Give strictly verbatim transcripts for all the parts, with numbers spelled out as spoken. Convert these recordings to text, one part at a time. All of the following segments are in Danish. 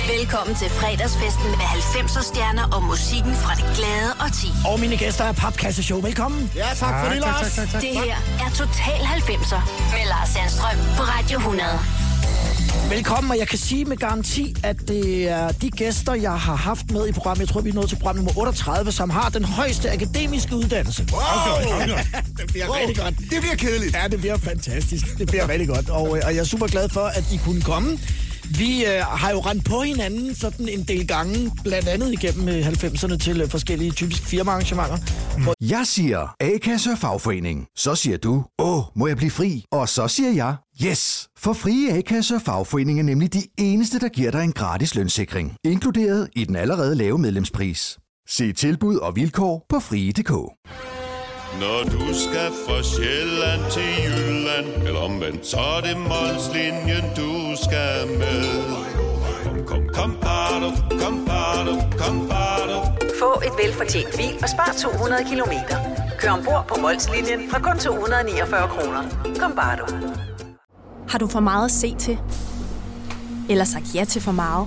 Velkommen til fredagsfesten med halvfemser stjerner og musikken fra det glade årti. Og mine gæster er Papkasseshow. Velkommen. Ja, tak, tak for det, Lars. Tak, tak, tak, tak. Det her er Total halvfemser med Lars Sandstrøm på Radio hundrede. Velkommen, og jeg kan sige med garanti, at det er de gæster, jeg har haft med i programmet. Jeg tror, vi er nået til program nummer otteogtredive, som har den højeste akademiske uddannelse. Wow! Okay, okay. Det bliver wow. rigtig godt. Det bliver kedeligt. Ja, det bliver fantastisk. Det bliver rigtig godt, og, og jeg er super glad for, at I kunne komme. Vi øh, har jo rendt på hinanden sådan en del gange, blandt andet igennem halvfemserne til øh, forskellige typiske firmaarrangementer. Mm. Jeg siger A-kasse og fagforening. Så siger du, åh, må jeg blive fri? Og så siger jeg, yes! For frie A-kasse og fagforening er nemlig de eneste, der giver dig en gratis lønssikring. Inkluderet i den allerede lave medlemspris. Se tilbud og vilkår på frie punktum d k. Når du skal fra Sjælland til Jylland, eller omvendt, så er det Molslinjen, du skal med. Kom, kom, kom, bado, kom, bado, kom, bado. Få et velfortjent bil og spar to hundrede kilometer. Kør ombord på Molslinjen fra kun to hundrede og niogfyrre kroner. Kom, bado. Har du for meget at se til? Eller sagt ja til for meget?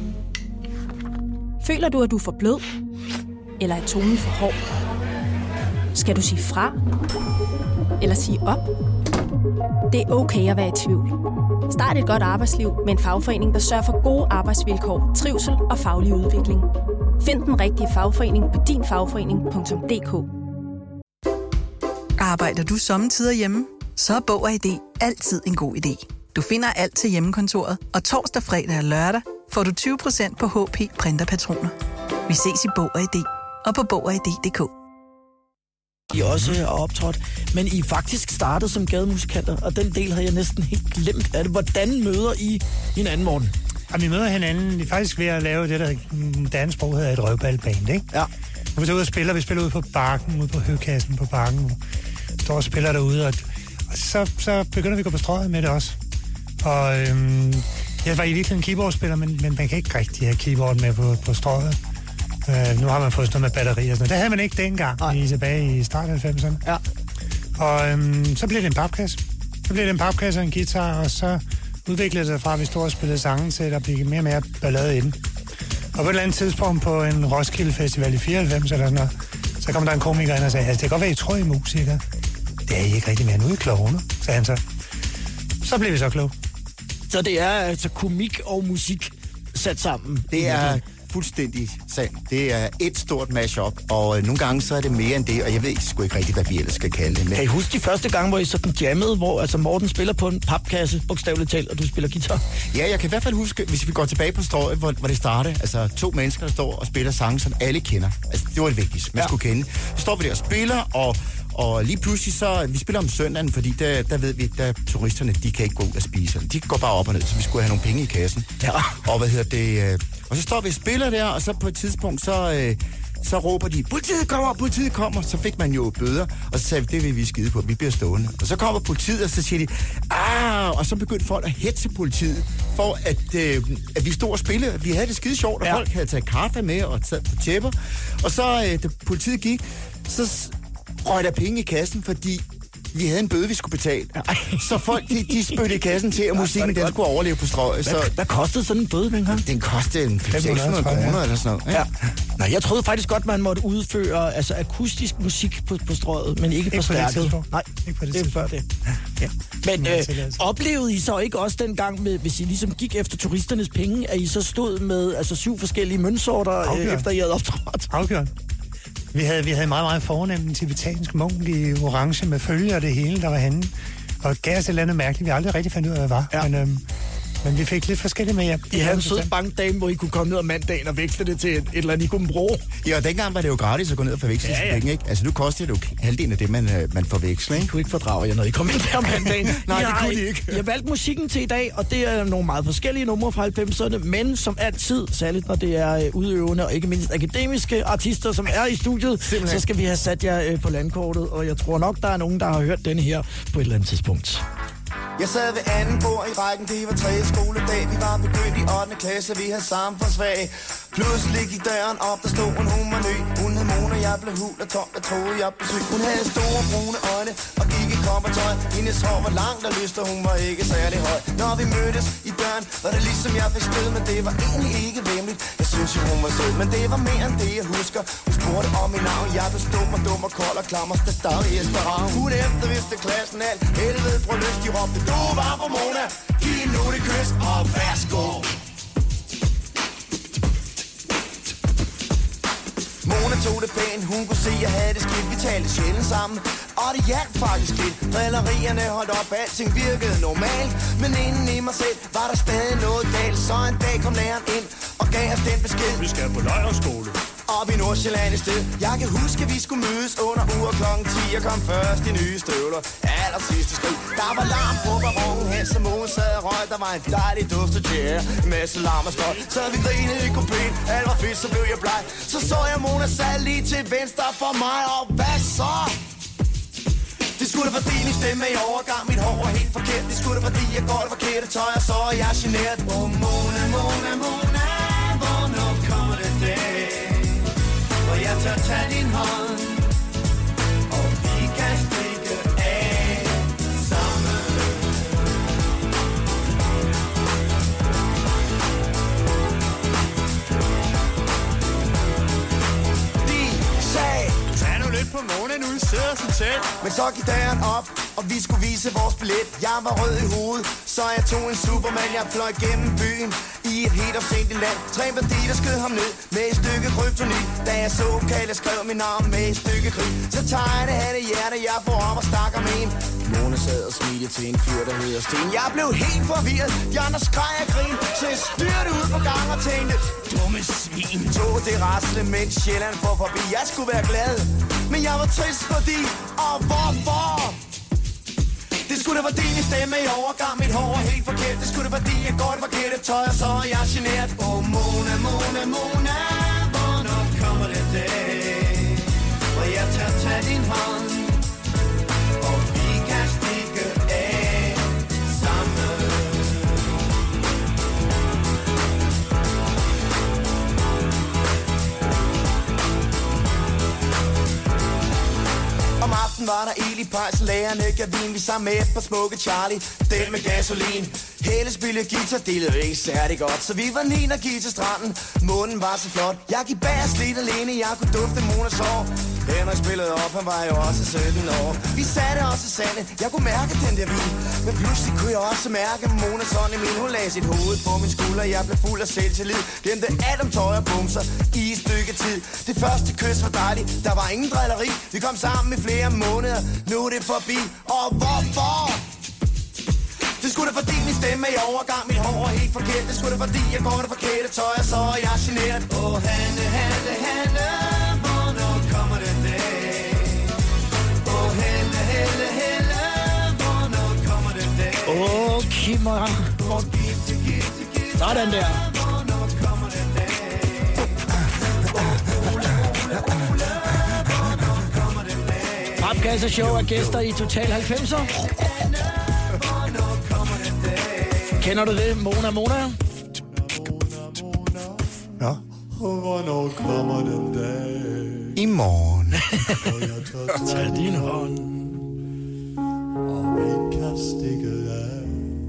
Føler du, at du er for blød? Eller er tonen for hård? Skal du sige fra? Eller sige op? Det er okay at være i tvivl. Start et godt arbejdsliv med en fagforening, der sørger for gode arbejdsvilkår, trivsel og faglig udvikling. Find den rigtige fagforening på din fagforening punktum d k. Arbejder du sommetider hjemme? Så er Bog og I D altid en god idé. Du finder alt til hjemmekontoret, og torsdag, fredag og lørdag får du tyve procent på H P printerpatroner. Vi ses i Bog og I D og på bog og i d punktum d k. I også har optrådt, men I faktisk startede som gademusikanter, og den del har jeg næsten helt glemt af det. Hvordan møder I hinanden, Morten? Ja, vi møder hinanden faktisk ved at lave det, der dansksprog hedder et røvballband, ikke? Ja. Og vi tager ud og spiller, vi spiller ude på Bakken, ude på Høkassen på Bakken, vi står og spiller derude, og, og så, så begynder vi at gå på strøget med det også. Og øhm, jeg var i virkeligheden keyboardspiller, men, men man kan ikke rigtig have keyboard med på, på strøget. Uh, nu har man fået sådan noget med batteri og sådan noget. Det havde man ikke dengang, i, tilbage i start halvfemserne. Ja. Og øhm, så blev det en papkasse. Så blev det en papkasse og en guitar, og så udviklede det sig fra, at vi stod og spillede sange til, at der blev mere og mere ballade i den. Og på et eller andet tidspunkt på en Roskilde Festival i fireoghalvfems eller sådan noget, så kom der en komiker ind og sagde, altså det kan godt være, I tror, I er musikere. Det er I ikke rigtig mere. Nu er I klovne, sagde han så. Så blev vi så kloge. Så det er altså komik og musik sat sammen? Det er fuldstændig sandt. Det er et stort mashup, og øh, nogle gange så er det mere end det, og jeg ved sgu ikke rigtig, hvad vi ellers skal kalde det. Men... Kan I huske de første gange, hvor I sådan jammede, hvor altså Morten spiller på en papkasse, bogstaveligt talt, og du spiller guitar? Ja, jeg kan i hvert fald huske, hvis vi går tilbage på strøget, hvor, hvor det startede. Altså to mennesker, der står og spiller sange, som alle kender. Altså det var det vigtigste, man ja. skulle kende. Så står vi der og spiller, og Og lige pludselig så, vi spiller om søndagen, fordi der, der ved vi, at turisterne, de kan ikke gå ud og spise. De går bare op og ned, så vi skulle have nogle penge i kassen. Ja. Og hvad hedder det? Øh, og så står vi og spiller der, og så på et tidspunkt, så, øh, så råber de, politiet kommer, politiet kommer. Så fik man jo bøder, og så sagde vi, det vil vi skide på, vi bliver stående. Og så kommer politiet, og så siger de, ah, og så begyndte folk at hetze politiet, for at, øh, at vi stod og spillede. Vi havde det skide sjovt, og ja. folk havde taget kaffe med og taget på tæpper. Og så, øh, da politiet gik, så røg der penge i kassen, fordi vi havde en bøde, vi skulle betale. Så folk, de, de spyttede i kassen til, at musikken den skulle overleve på strøget. Så... Hvad, hvad kostede sådan en bøde dengang? Den kostede en seks hundrede kroner eller sådan noget. Ja. Ja. Nej, jeg troede faktisk godt, man måtte udføre altså, akustisk musik på, på strøget, men ikke, ikke forstærket. Nej, ikke på det, det er før det. Ja. Men øh, oplevede I så ikke også dengang, med, hvis I ligesom gik efter turisternes penge, at I så stod med altså, syv forskellige møntsorter, øh, efter I havde optrådt? Afgjort. Vi havde, vi havde meget, meget fornemt en tibetansk munk i orange med følge og det hele, der var henne. Og gav os et eller andet mærkeligt, vi aldrig rigtig fandt ud af, hvad det var. Ja. Men, øhm, men vi fik lidt forskelligt med jer. I havde en sød bankdame, hvor I kunne komme ned om mandagen og veksle det til et, et eller andet, I kunne bruge. Ja, og dengang var det jo gratis at gå ned og forveksle ja, ja. penge, ikke? Altså nu koster det jo halvdelen af det, man, man forveksler, ikke? I kunne ikke fordrage jer, når I kom ind der om mandagen. Nej, det kunne I ikke. Jeg har valgt musikken til i dag, og det er nogle meget forskellige numre fra halvfemserne, men som altid, særligt når det er udøvende og ikke mindst akademiske artister, som er i studiet, Simpelthen. så skal vi have sat jer på landkortet, og jeg tror nok, der er nogen, der har hørt denne her på et eller andet tidspunkt. Jeg sad ved anden bord i rækken, det var tredje skoledag. Vi var begyndt i ottende klasse, vi havde samfundsfag. Pludselig gik døren op, der stod en hummerny. Hun hed Mona, jeg blev hul og tom, jeg troede, jeg blev syg. Hun havde store brune øjne og gik i kom på tøj. Hendes hår var langt og lyst, og hun var ikke særlig høj. Når vi mødtes i døren, var det ligesom jeg fik stød, men det var egentlig ikke vemmeligt. Jeg synes jo, hun var sød, men det var mere end det, jeg husker. Hun spurgte om mit navn, jeg blev stum og dum og kold og klammer stadig i Esperanto. Hun efter vidste klassen alt, helvede brød lyst, de råbte, du var på Mona, giv nu det kys og værsgo. Mona tog det pænt, hun kunne se, at jeg havde det skidt. Vi talte sjældent sammen, og det hjalp faktisk lidt. Drillerierne holdt op, alting virkede normalt. Men inden i mig selv var der stadig noget galt. Så en dag kom læreren ind og gav os den besked: vi skal på lejrskole. Op i Nordsjælland i sted. Jeg kan huske, at vi skulle mødes under uger klokken ti. Jeg kom først i nye støvler, aller sidste skridt. Der var larm på barongen, hen som Mona sad og røg. Der var en dejlig duft af tjære, en masse larm og støj. Så vi grinede i kupéen, alt var fedt, så blev jeg bleg. Så så jeg Mona sad lige til venstre for mig, og hvad så? Det skulle da fordi min stemme i overgang, mit hår var helt forkert. Det skulle da fordi jeg går det forkerte tøj, og så er jeg generet. Åh oh, Mona, Mona, Mona, hvornår kommer det dag? Og jeg tør tage din hånd, og vi kan stikke af sammen. De sagde, du tager nu lidt på Mona, nu I sidder så tæt. Men så gik døren op, og vi skulle vise vores billet. Jeg var rød i hovedet, så jeg tog en Superman. Jeg fløj gennem byen i et helt opsindigt land. Tre banditter skød ham ned med et stykke kryptonit. Da jeg så Kalle skrev mit navn med et stykke krig, så tegnede han et hjerte, jeg får op og stakker med en. Mona sad og smilede til en fyr, der hedder Sten. Jeg blev helt forvirret, de andre skreg og grin, så jeg styrte ud på gang og tænkte, dumme svin. Tog det rasle, mens Sjælland får forbi. Jeg skulle være glad, men jeg var trist fordi, og hvorfor? Det skulle da fordi min stemme i overgang, mit hår er helt forkert. Det skulle da fordi jeg går det forkerte tøj, og så er jeg generet. Åh oh, Mona, Mona, Mona, hvornår kommer det dag? Hvor jeg tør tage din hånd, og vi kan stikke af sammen. Om aftenen var der ild i pejs, lærerne gav vin. Vi sammen med på smukke Charlie, den med gasolin. Helle spillede guitar, det lød ikke særlig godt, så vi var ni og gik til stranden. Månen var så flot, jeg gik bag lidt alene. Jeg kunne dufte Monas hår. Henrik spillede op, han var jo også sytten år. Vi satte os i sandet, jeg kunne mærke den der vin. Men pludselig kunne jeg også mærke Monas hånd i min. Hun lagde sit hoved på min skulder, jeg blev fuld af selvtillid. Glemte alt om tøj og bumser i et stykke tid. Det første kys var dejligt, der var ingen drilleri. Vi kom sammen i flere måneder, nu er det forbi. Og hvorfor? Det skulle da fordi min stemme i overgang, mit hår er helt forkert. Det skulle da fordi jeg går det forkerte tøj, og så er jeg generet. Åh oh, Hanne, Hanne, Hanne, hvornår kommer det dag? Åh oh, Helle, Helle, Helle, hvornår kommer det dag? Åh, oh, Kimmer. Sådan der. Papkasse Show er gæster i Total halvfemser. Kender du det? Mona, Mona? Ja. Hvornår kommer den dag? I morgen. Tag din hånd. Og vi kan stikke af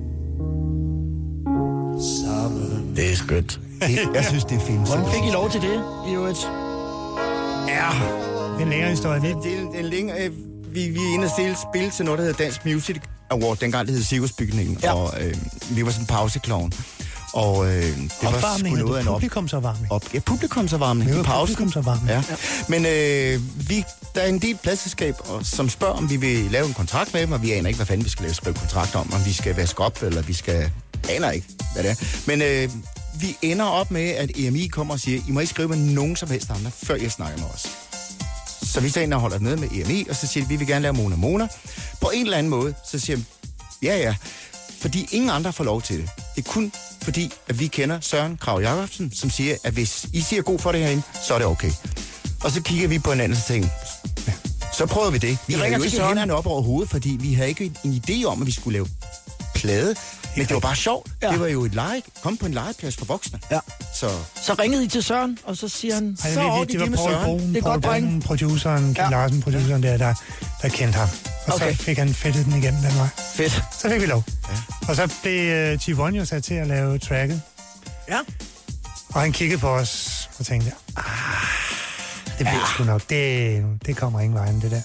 sammen. Det er skønt. Jeg synes, det er fint. Hvordan fik I lov til det, i øvrigt? Ja, det er en længere historie. Det, det er en længere... Øh, vi, vi er inde og stille spil til noget, der hedder Dansk Music Award, dengang det hed Cirkusbygningen, ja. Og øh, vi var sådan en pauseklovn. Og øh, det var sgu noget af en op... publikumsopvarmning. Op, ja, publikumsopvarmning. Det var publikumsopvarmning. Ja. Ja. Men øh, vi, der er en del pladselskaber, som spørger, om vi vil lave en kontrakt med dem, og vi aner ikke, hvad fanden vi skal lave skrive kontrakt om, om vi skal vaske op, eller vi skal... aner ikke, hvad det er. Men øh, vi ender op med, at E M I kommer og siger, I må ikke skrive med nogen som helst andre, før jeg snakker med os. Så vi så ind og holder nede med E M I, og så siger de, vi vil gerne lave Mona Mona. På en eller anden måde, så siger de, ja ja, fordi ingen andre får lov til det. Det er kun fordi, at vi kender Søren Krag Jacobsen, som siger, at hvis I siger god for det herinde, så er det okay. Og så kigger vi på en anden ting. Så prøver vi det. Vi har jo ikke hænderne op over hovedet, fordi vi havde ikke en idé om, at vi skulle lave plade. Men det var bare sjovt. Ja. Det var jo et lege. Kom på en legeplads for voksne. Ja. Så, så ringede I til Søren, og så siger han, Ej, så det, det, det var Paul Broen, det er godt, Broen, produceren, Kim ja. Larsen, produceren der, der, der kendte ham. Og okay. så fik han fedtet den igennem den vej. Fedt. Så fik vi lov. Ja. Og så blev uh, G et jo sat til at lave tracket. Ja. Og han kiggede på os og tænkte, ah, det bliver ja. sgu nok. Det, det kommer ingen vejen, det der.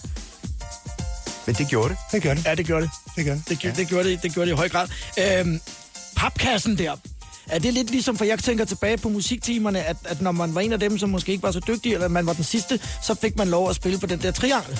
Men det gjorde det. Det gjorde det. Ja, det gjorde det. Det gjorde det. Det, gjorde, ja. det, gjorde det, det gjorde det i høj grad. Øhm, papkassen der. Er det lidt ligesom, for jeg tænker tilbage på musiktimerne, at, at når man var en af dem, som måske ikke var så dygtig, eller man var den sidste, så fik man lov at spille på den der triangel.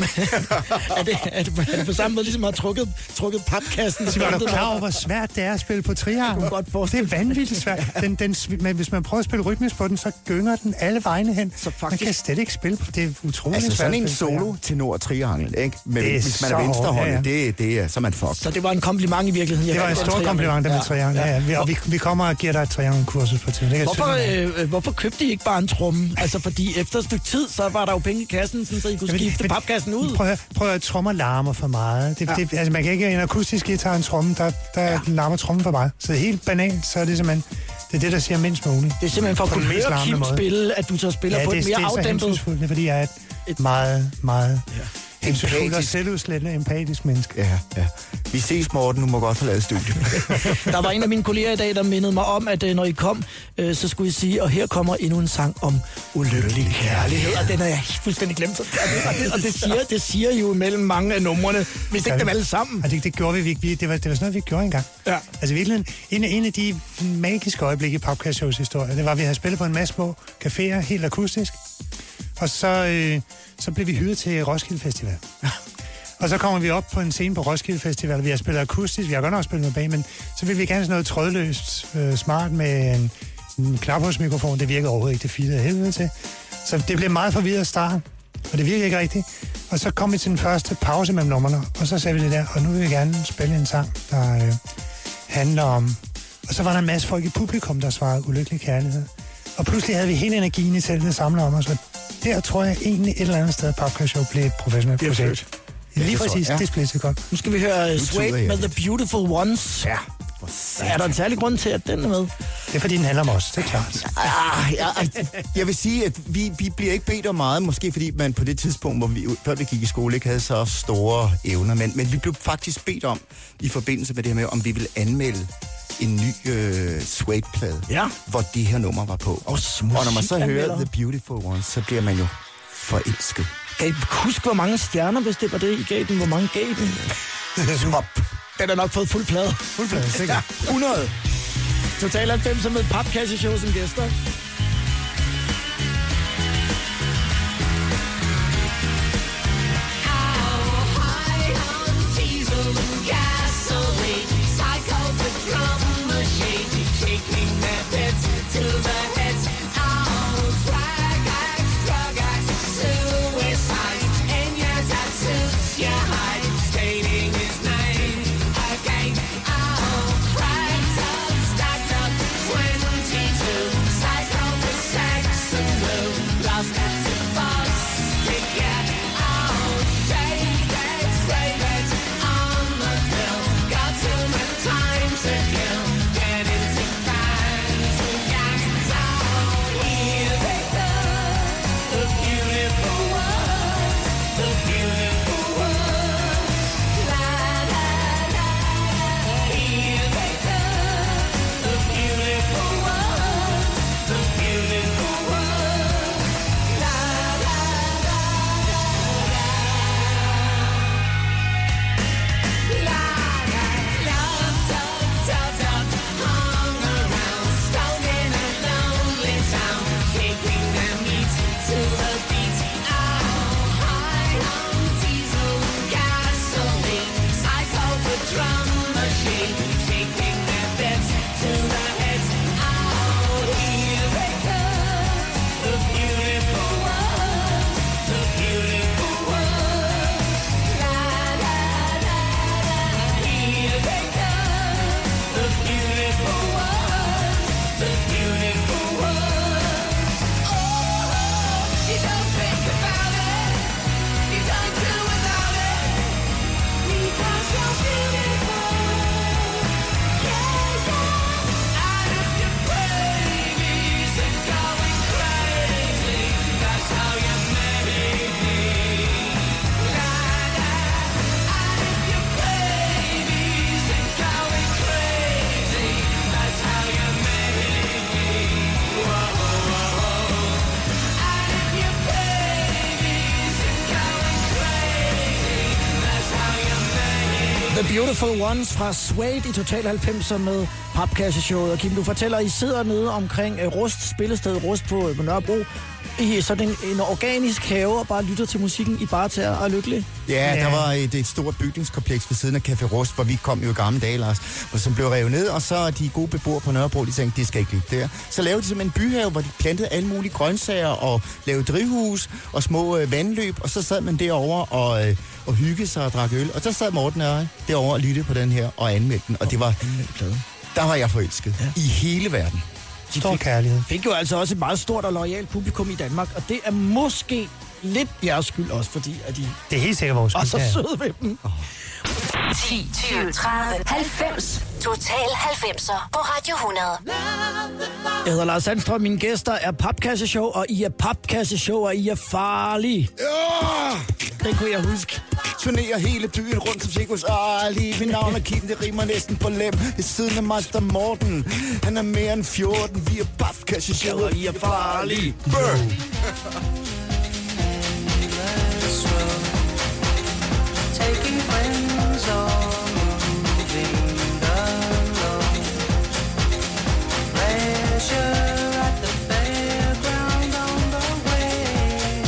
er, det, er, det på, er det på samme måde, ligesom at have trukket, trukket papkassen? Så var du klar over, hvor svært det er at spille på triangel? Det er vanvittigt svært. Den, den, men hvis man prøver at spille rytmisk på den, så gynger den alle vegne hen. Så faktisk, man kan slet ikke spille på det. Er utroligt altså, svært. Altså sådan en solo til nord triangel, ikke? Men hvis man er venstrehåndet, ja, ja. det, det er, så er man fucked. Så det var en kompliment i virkeligheden. Det var en stor kompliment, der med triangel. Ja, ja. Vi, og vi, vi kommer og giver dig et triangelkursus på tid. Hvorfor, øh, hvorfor købte I ikke bare en tromme? Altså, fordi efter et stykke tid, så var der jo penge i kassen, så I kunne skifte men, papkassen ud. Prøv, prøv at trommer larmer for meget. Det, ja. det, altså, man kan ikke en akustisk guitar en tromme, der, der ja. larmer trommen for meget. Så helt banalt, så er det simpelthen, det er det, der siger mindst muligt. Det er simpelthen for at kunne høre Kim spille, at du så spiller ja, på et mere afdæmpet. Ja, det er så det er fordi jeg er et, et meget, meget... Ja. Empatisk og selvudslættende, empatisk menneske. Ja, ja. Vi ses, Morten. Nu må godt forlade studiet. Der var en af mine kolleger i dag, der mindede mig om, at når I kom, øh, så skulle I sige, og her kommer endnu en sang om ulykkelig kærlighed. Og den er jeg fuldstændig glemt. Og det, og det, og det, siger, det siger jo mellem mange af numrene, hvis ikke dem alle sammen. Og det, det gjorde vi ikke. Det var, det var sådan noget, vi gjorde engang. Ja. Altså virkelig, en, en af de magiske øjeblikke i Popcast Shows historie, det var, at vi havde spillet på en masse små caféer, helt akustisk. Og så... Øh, så blev vi hyret til Roskilde Festival. Og så kommer vi op på en scene på Roskilde Festival. Vi har spillet akustisk, vi har godt nok spillet noget bag, men så ville vi gerne sådan noget trådløst, øh, smart med en, en knaphulsmikrofon. Det virkede overhovedet ikke, det filede af helvede til. Så det blev meget forvirret at starte, og det virkede ikke rigtigt. Og så kom vi til den første pause mellem numrene, og så sagde vi det der, og nu vil vi gerne spille en sang, der øh, handler om... Og så var der en masse folk i publikum, der svarede ulykkelig kærlighed. Og pludselig havde vi hele energien i teltet samlet om os, og der tror jeg egentlig et eller andet sted, at Popcast Show blev et professionelt projekt. Lige præcis, ja. Det blev så godt. Nu skal vi høre uh, Suede med The Beautiful Ones. Ja. Er der en særlig grund til, at den er med? Det er, fordi den handler om os, det er klart. Ah, ja, jeg vil sige, at vi, vi bliver ikke bedt om meget, måske fordi man på det tidspunkt, hvor vi, før vi gik i skole, ikke havde så store evner, men, men vi blev faktisk bedt om, i forbindelse med det her med, om vi ville anmelde en ny øh, Suede-plade, ja. hvor de her numre var på. Og, og når man så hører The Beautiful Ones, så bliver man jo forelsket. Kan I huske, hvor mange stjerner, hvis det var det, I gav den? Hvor mange gav den? Smop. Den har nok fået fuld plade. Fuld plade, sikkert. Ja, hundrede. Total halvfems med Popkasse-show som gæster. Psycho Beautiful Ones fra Suede i Total halvfemser med Papkasseshowet. Og Kim, du fortæller, at I sidder nede omkring uh, Rust, spillestedet Rust på, på Nørrebro, i sådan en, en organisk have og bare lytter til musikken i bare tager og er lykkelig. Ja, der var et, et stort bygningskompleks ved siden af Café Rust, hvor vi kom jo i gamle dage, Lars, som blev revet ned, og så de gode beboere på Nørrebro, de tænkte, de skal ikke ligge der. Så lavede de simpelthen en byhave, hvor de plantede alle mulige grøntsager og lavede drivhus og små øh, vandløb, og så sad man derovre og, øh, og hyggede sig og drak øl. Og så sad Morten og jeg derovre og lyttede på den her og anmeldte den, og det var, der var jeg forelsket ja. i hele verden. Stor kærlighed. Fik jo altså også et meget stort og loyalt publikum i Danmark, og det er måske lidt jeres skyld også, fordi at de... Det er helt sikkert vores skyld. Og så søde ved dem. Oh. ti, tyve, tredive, halvfems. Total halvfemser på Radio hundrede. Jeg hedder Lars Sandstrøm, mine gæster er Papkasseshow, og I er Papkasseshow, og I er farlige. Ja! Den kunne jeg huske. Turnerer hele byen rundt som Sigurds Ali. Mit navn er Kim, det rimer næsten på lem. Ved siden af Master Morten. Han er mere end fjorten. Vi er Papkasseshow, og I er farlige. Burn! Taking friends or moving alone. Pleasure at the fairground on the way.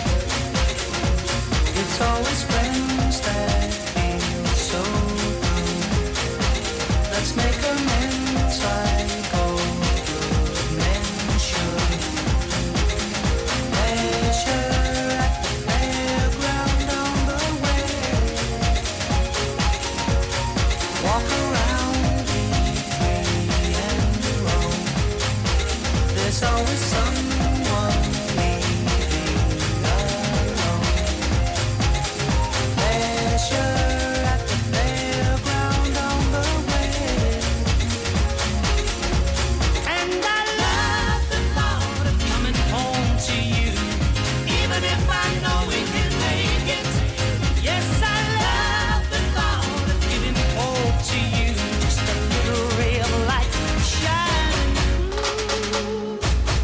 It's always friends that feel so good. Let's make amends like all good men should. Pleasure at the fairground on the way. Walk around, be free and roam. There's always someone leaving alone. Pleasure at the fairground on the way. And I love the thought of coming home to you, even if I know we can make it. Yes, I love the thought of giving hope to you, just a little ray of light shining through.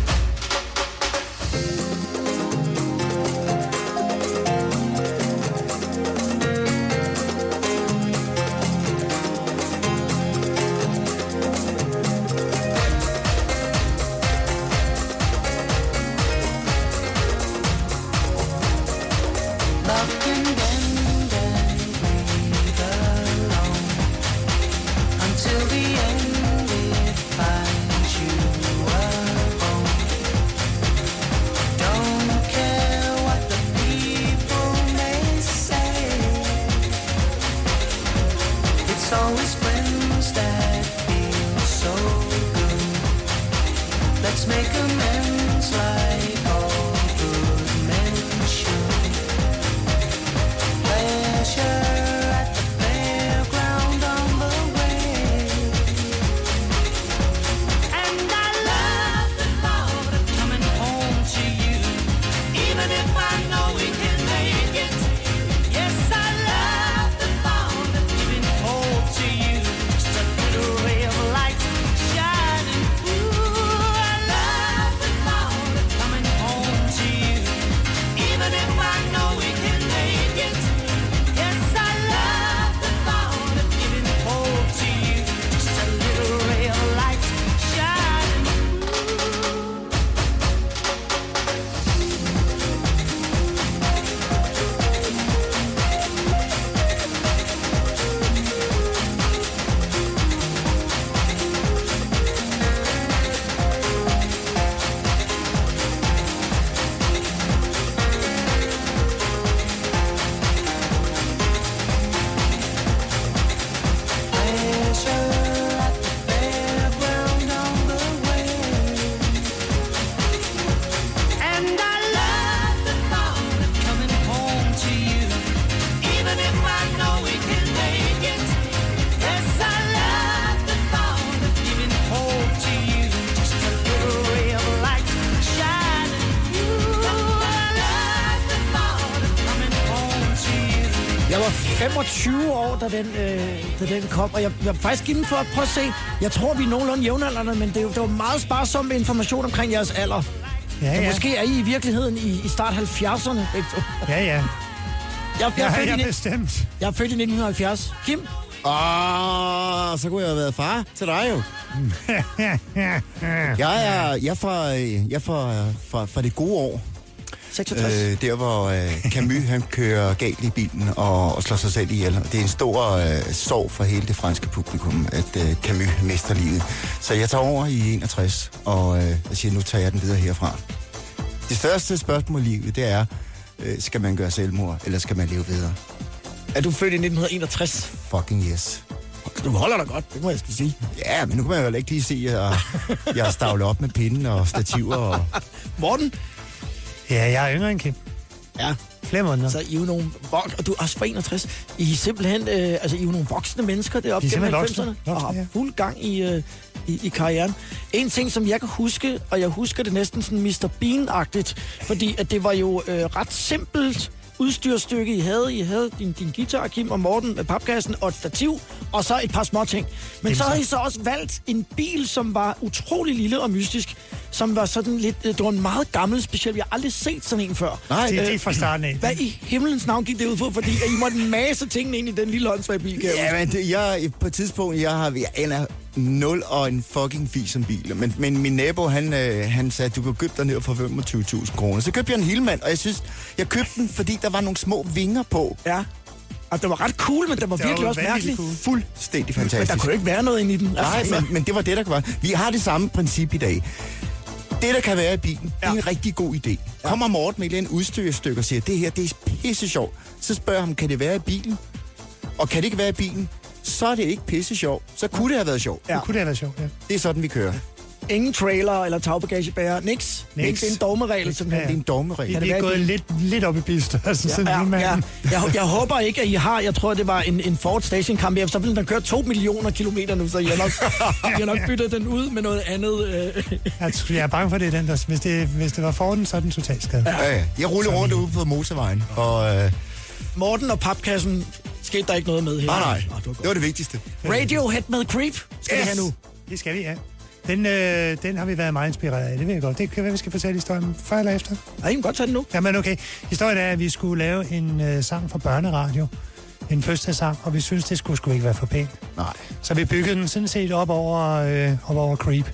Love can bend and breathe alone until the end it finds you alone. Don't care what the people may say. It's always friends that feel so good. Let's make amends like all good men should. Pleasure at the fairground on the way. And I love the thought of coming home to you, even if I know we can make it. Yes, I love the thought of giving hope to you, just a little ray of light shining through. I love the thought of coming home to you, even if I know we can make it. Yes, I love the thought of giving hope to you, just a little ray of light shining through. Pleasure at the fairground on the way. And I love the thought of coming home to you, even if I know we can make it. Yes, I love the thought of giving hope to you, just a little ray of light shining through. I love the thought of coming home to you. Jeg var femogtyve år, da den, øh, da den kom, og jeg, jeg var faktisk inden for at prøve at se. Jeg tror, vi er nogenlunde jævnaldrende, men det, det var meget sparsomt med information omkring jeres alder. Ja, Så ja. måske er I i virkeligheden i, i start halvfjerdserne. begge to. Ja, ja. Jeg, jeg, er Ja, født jeg i, er ni- bestemt. jeg er født i nitten halvfjerds. Kim? Ah, så kunne jeg have været far til dig jo. jeg er, jeg er, fra, jeg er fra, fra, fra det gode år. seksogtres. Øh, der hvor øh, Camus han kører galt i bilen og, og slår sig selv ihjel. Det er en stor øh, sorg for hele det franske publikum, at øh, Camus mister livet. Så jeg tager over i enogtres, og øh, jeg siger, nu tager jeg den videre herfra. Det største spørgsmål i livet, det er, øh, skal man gøre selvmord, eller skal man leve videre? Er du født i nitten enogtres? Fucking yes. Du holder dig godt, det må jeg skal sige. Ja, men nu kan man jo ikke lige se, at jeg, jeg er stavlet op med pinden og stativer. Og... Morten? Ja, jeg er yngre end Kim. Ja. Flere måneder. Så I er jo nogle vok- og du er også fra enogtres. I er simpelthen, øh, altså I er jo nogle voksne mennesker deroppe De er gennem simpelthen halvfemserne, voksne. og har Voksne, ja. fuld gang i, øh, i, i karrieren. En ting, som jeg kan huske, og jeg husker det næsten sådan mister Bean-agtigt, fordi at det var jo øh, ret simpelt udstyrstykke, I havde. I havde din, din guitar, Kim og Morten, med papkassen og et stativ, og så et par små ting. Men så havde I så også valgt en bil, som var utrolig lille og mystisk, som var sådan lidt, det var en meget gammel speciel. Jeg har aldrig set sådan en før. Nej, det, det er fra starten af. Hvad i himlens navn gik det ud på? Fordi I måtte masse tingene ind i den lille håndsvage bil. Ja, men det, jeg, på et tidspunkt, jeg har, jeg aner nul og en fucking fis som bil. Men, men min nabo, han, øh, han sagde, du kan købe den her for femogtyve tusind kroner. Så købte jeg en Hillman, og jeg synes, jeg købte den, fordi der var nogle små vinger på. Ja. Og det var ret cool, men det var Det virkelig var også vanvittigt mærkeligt. cool. Fuldstændig fantastisk. Men der kunne jo ikke være noget inde i den. Nej, Altså, men, men det var det, der var. Vi har det samme princip i dag. Det, der kan være i bilen, ja. Det er en rigtig god idé. Ja. Kommer Morten med et eller andet udstyrstykke og siger, det her, det er pisse sjovt. Så spørger jeg ham, kan det være i bilen? Og kan det ikke være i bilen, så er det ikke pisse sjovt. Så kunne det have været sjovt. Ja. Det kunne det have været sjovt, ja. Det er sådan, vi kører. Ingen trailer eller tagbagagebærer. Niks. Niks. Det er en dogmeregel, simpelthen. Ja, det er en dogmeregel. Vi er gået lidt, lidt op i bilstørrelsen, Ja, sådan ja, ja, ja. Jeg, jeg håber ikke, at I har, jeg tror, det var en, en Ford Stationcar, men så ville den køre to millioner kilometer nu, så jeg har nok, jeg har nok byttet den ud med noget andet. Øh. Jeg, jeg er bange for, det er den, der, hvis det, hvis det var Forden, så er den totalt skadet. Ja, ja. Jeg ruller rundt ude på motorvejen, og... Øh... Morten og papkassen skete der ikke noget med her. Nej, nej. Det var, det var det vigtigste. Radiohead med Creep skal yes. vi have nu. Det skal vi, ja. Den, øh, den har vi været meget inspireret af, det ved jeg godt. Det kan være, vi skal fortælle historien før eller efter. Nej, I kan godt tage den nu. Jamen okay. Historien er, at vi skulle lave en øh, sang for børneradio. En fødselsdagssang, og vi synes det skulle, skulle ikke være for pænt. Nej. Så vi byggede den sådan set op over, øh, op over Creep.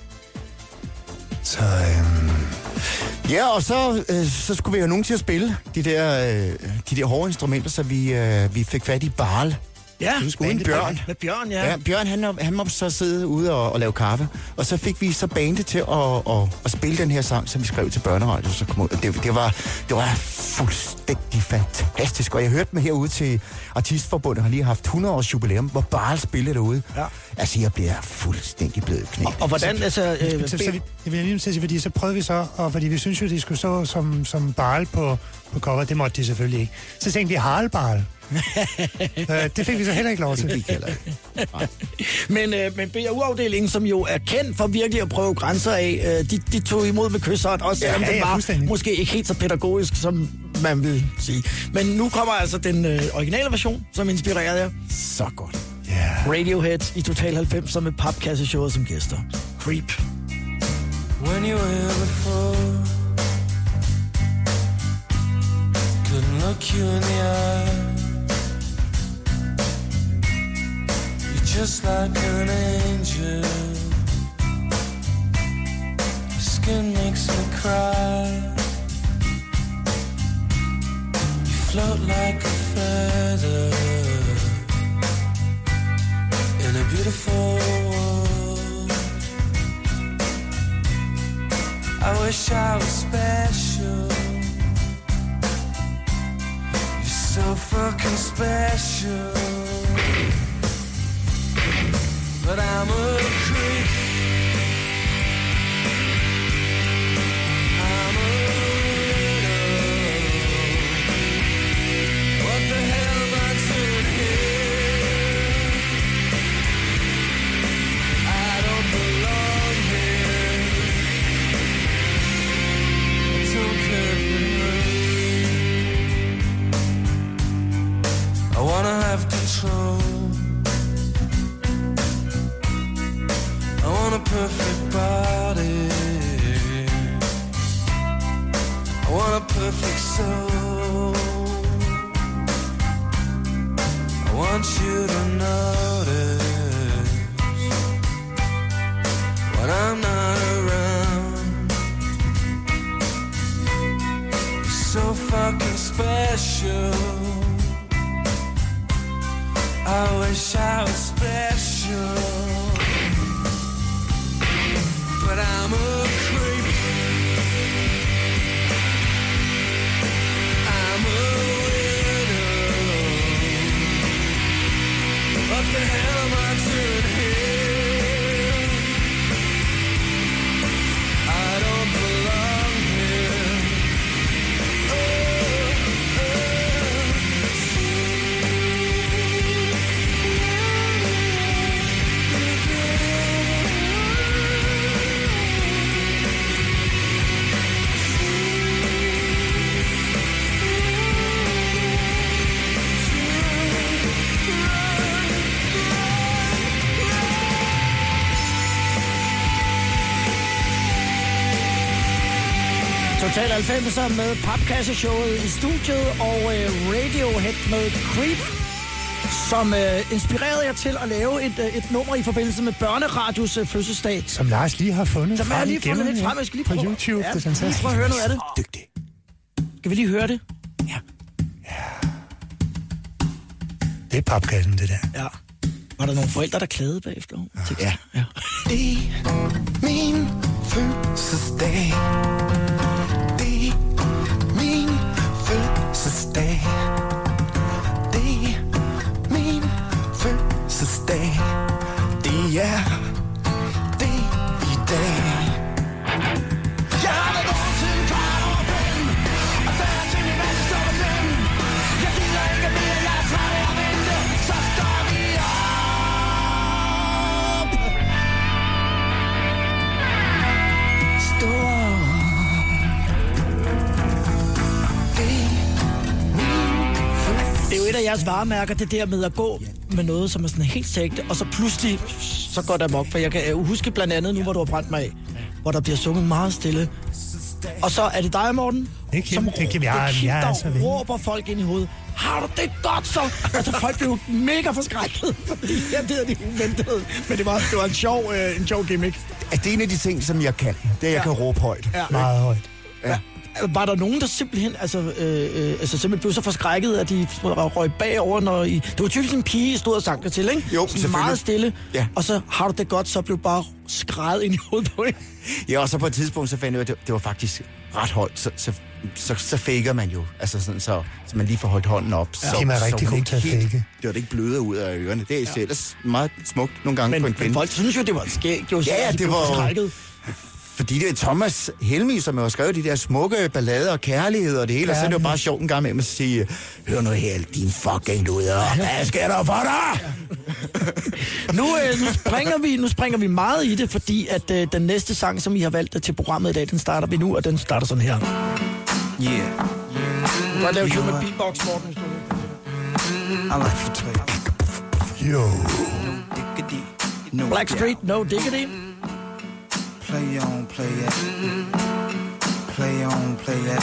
Så... Øh... Ja, og så, øh, så skulle vi have nogen til at spille de der, øh, de der hårde instrumenter, så vi, øh, vi fik fat i Barl. Ja, uden Bjørn. Med Bjørn, ja. Ja, Bjørn, han, han må så sidde ude og, og lave kaffe. Og så fik vi så bandet til at, at, at spille den her sang, som vi skrev til børneradio. Så kom ud. Det, det, var, det var fuldstændig fantastisk. Og jeg hørte mig herude til Artistforbundet, har lige haft hundrede års jubilæum, hvor Barl spillede derude. Ja. Altså, jeg bliver fuldstændig blevet knæt. Og, og hvordan, altså... Øh, så, så, vi, jeg vil lige sige, fordi så prøvede vi så, og fordi vi synes jo, de skulle stå som, som Barl på, på cover, det måtte de selvfølgelig ikke. Så tænkte vi, Harald Barl. øh, det fik vi så heller ikke lov til. Det heller ikke. men, øh, men B R U-afdelingen, som jo er kendt for virkelig at prøve grænser af, øh, de, de tog imod med kysseret, også selvom ja, ja, det var måske ikke helt så pædagogisk, som man vil sige. Men nu kommer altså den øh, originale version, som inspirerede jer. Så godt. Yeah. Radiohead i Total halvfemser med papkasseshowet som gæster. Creep. When you were before, couldn't look you in the eye. You're just like an angel. Your skin makes me cry. You float like a feather in a beautiful world. I wish I was special. You're so fucking special. But I'm a creep. I'm a widow. What the hell am I doing here? I don't belong here. I don't care for you. I wanna have control. I want a perfect body. I want a perfect soul. I want you to notice when I'm not around. You're so fucking special. I wish I was special, but I'm a creep. I'm a widow. What the hell am I doing here? I don't belong here. Oh, Total halvfemser med Papkasseshowet i studiet og øh, Radiohead med Creep, som øh, inspirerede jer til at lave et, øh, et nummer i forbindelse med Børneradios øh, fødselsdag. Som Lars lige har fundet Som jeg frem lige fundet igennem, lidt ja, frem. Jeg skal lige på prøve, YouTube. ja, Det er fantastisk. lige prøve at høre noget af det. Dygtig. Skal vi lige høre det? Ja. Det er papkassen, det der. Ja. Var der nogle forældre, der klagede bagefter? Ja. Ja. Det er min fødselsdag. Det er min fødselsdag. Det er min fødselsdag. Det er det i dag. Jeg har været gået til en kvart over fem, og så er til min masse står med dem. Jeg gider ikke mere, jeg er træt af at vente. Så står vi op. Stå op. Det er jo et af jeres varemærker, det der med at gå med noget, som er sådan helt sægte, og så pludselig, så går der mok, for jeg kan huske blandt andet nu, hvor du har brændt mig af, hvor der bliver sunget meget stille. Og så er det dig, Morten, Ikke som hende, det kan vi- det er jeg- Kim, jeg er der så venlig. råber folk ind i hovedet. Har du det godt så? Altså, folk blev mega forskrækket, fordi jeg ved, at det er uventet. Men det var, det var en sjov, øh, en sjov gimmick. Er det en af de ting, som jeg kan? Det er, jeg Ja. kan råbe højt. Ja. Meget højt. Ja. Var der nogen, der simpelthen, altså, øh, øh, altså simpelthen blev så forskrækket, at de røg bagover, når I... Det var typisk en pige, I stod og sang det til, ikke? Jo, sådan selvfølgelig. meget stille. Ja. Og så har du det godt, så blev bare skrædet ind i hovedet på det. Ja, og så på et tidspunkt, så fandt jeg ud af, at det, det var faktisk ret højt. Så, så, så, så faker man jo. Altså sådan, så, så man lige får holdt hånden op. Ja. Så, Kim er så rigtig hun god til at ikke helt- fake. Det var det ikke bløder ud af ørerne. Det er ja. ellers meget smukt nogle gange Men, på en men kvinde. folk synes jo, det var skægt. Jo, Ja, ja, de det blev var- forskrækket. Fordi det er Thomas Helmi, som har skrevet de der smukke ballader og kærlighed og det hele. Og så er det jo bare sjovt en gang med at sige, hør nu her, din fucking luder. Hvad sker der for dig? Nu, øh, nu, springer vi, nu springer vi meget i det, fordi at øh, den næste sang, som I har valgt til programmet i dag, den starter vi nu, og den starter sådan her. Yeah. Du kan godt lave med beatbox, Morten, hvis du vil. I like to play. Jo. Diggity. No Blackstreet, No Diggity. Play on, play it. Play on, play it.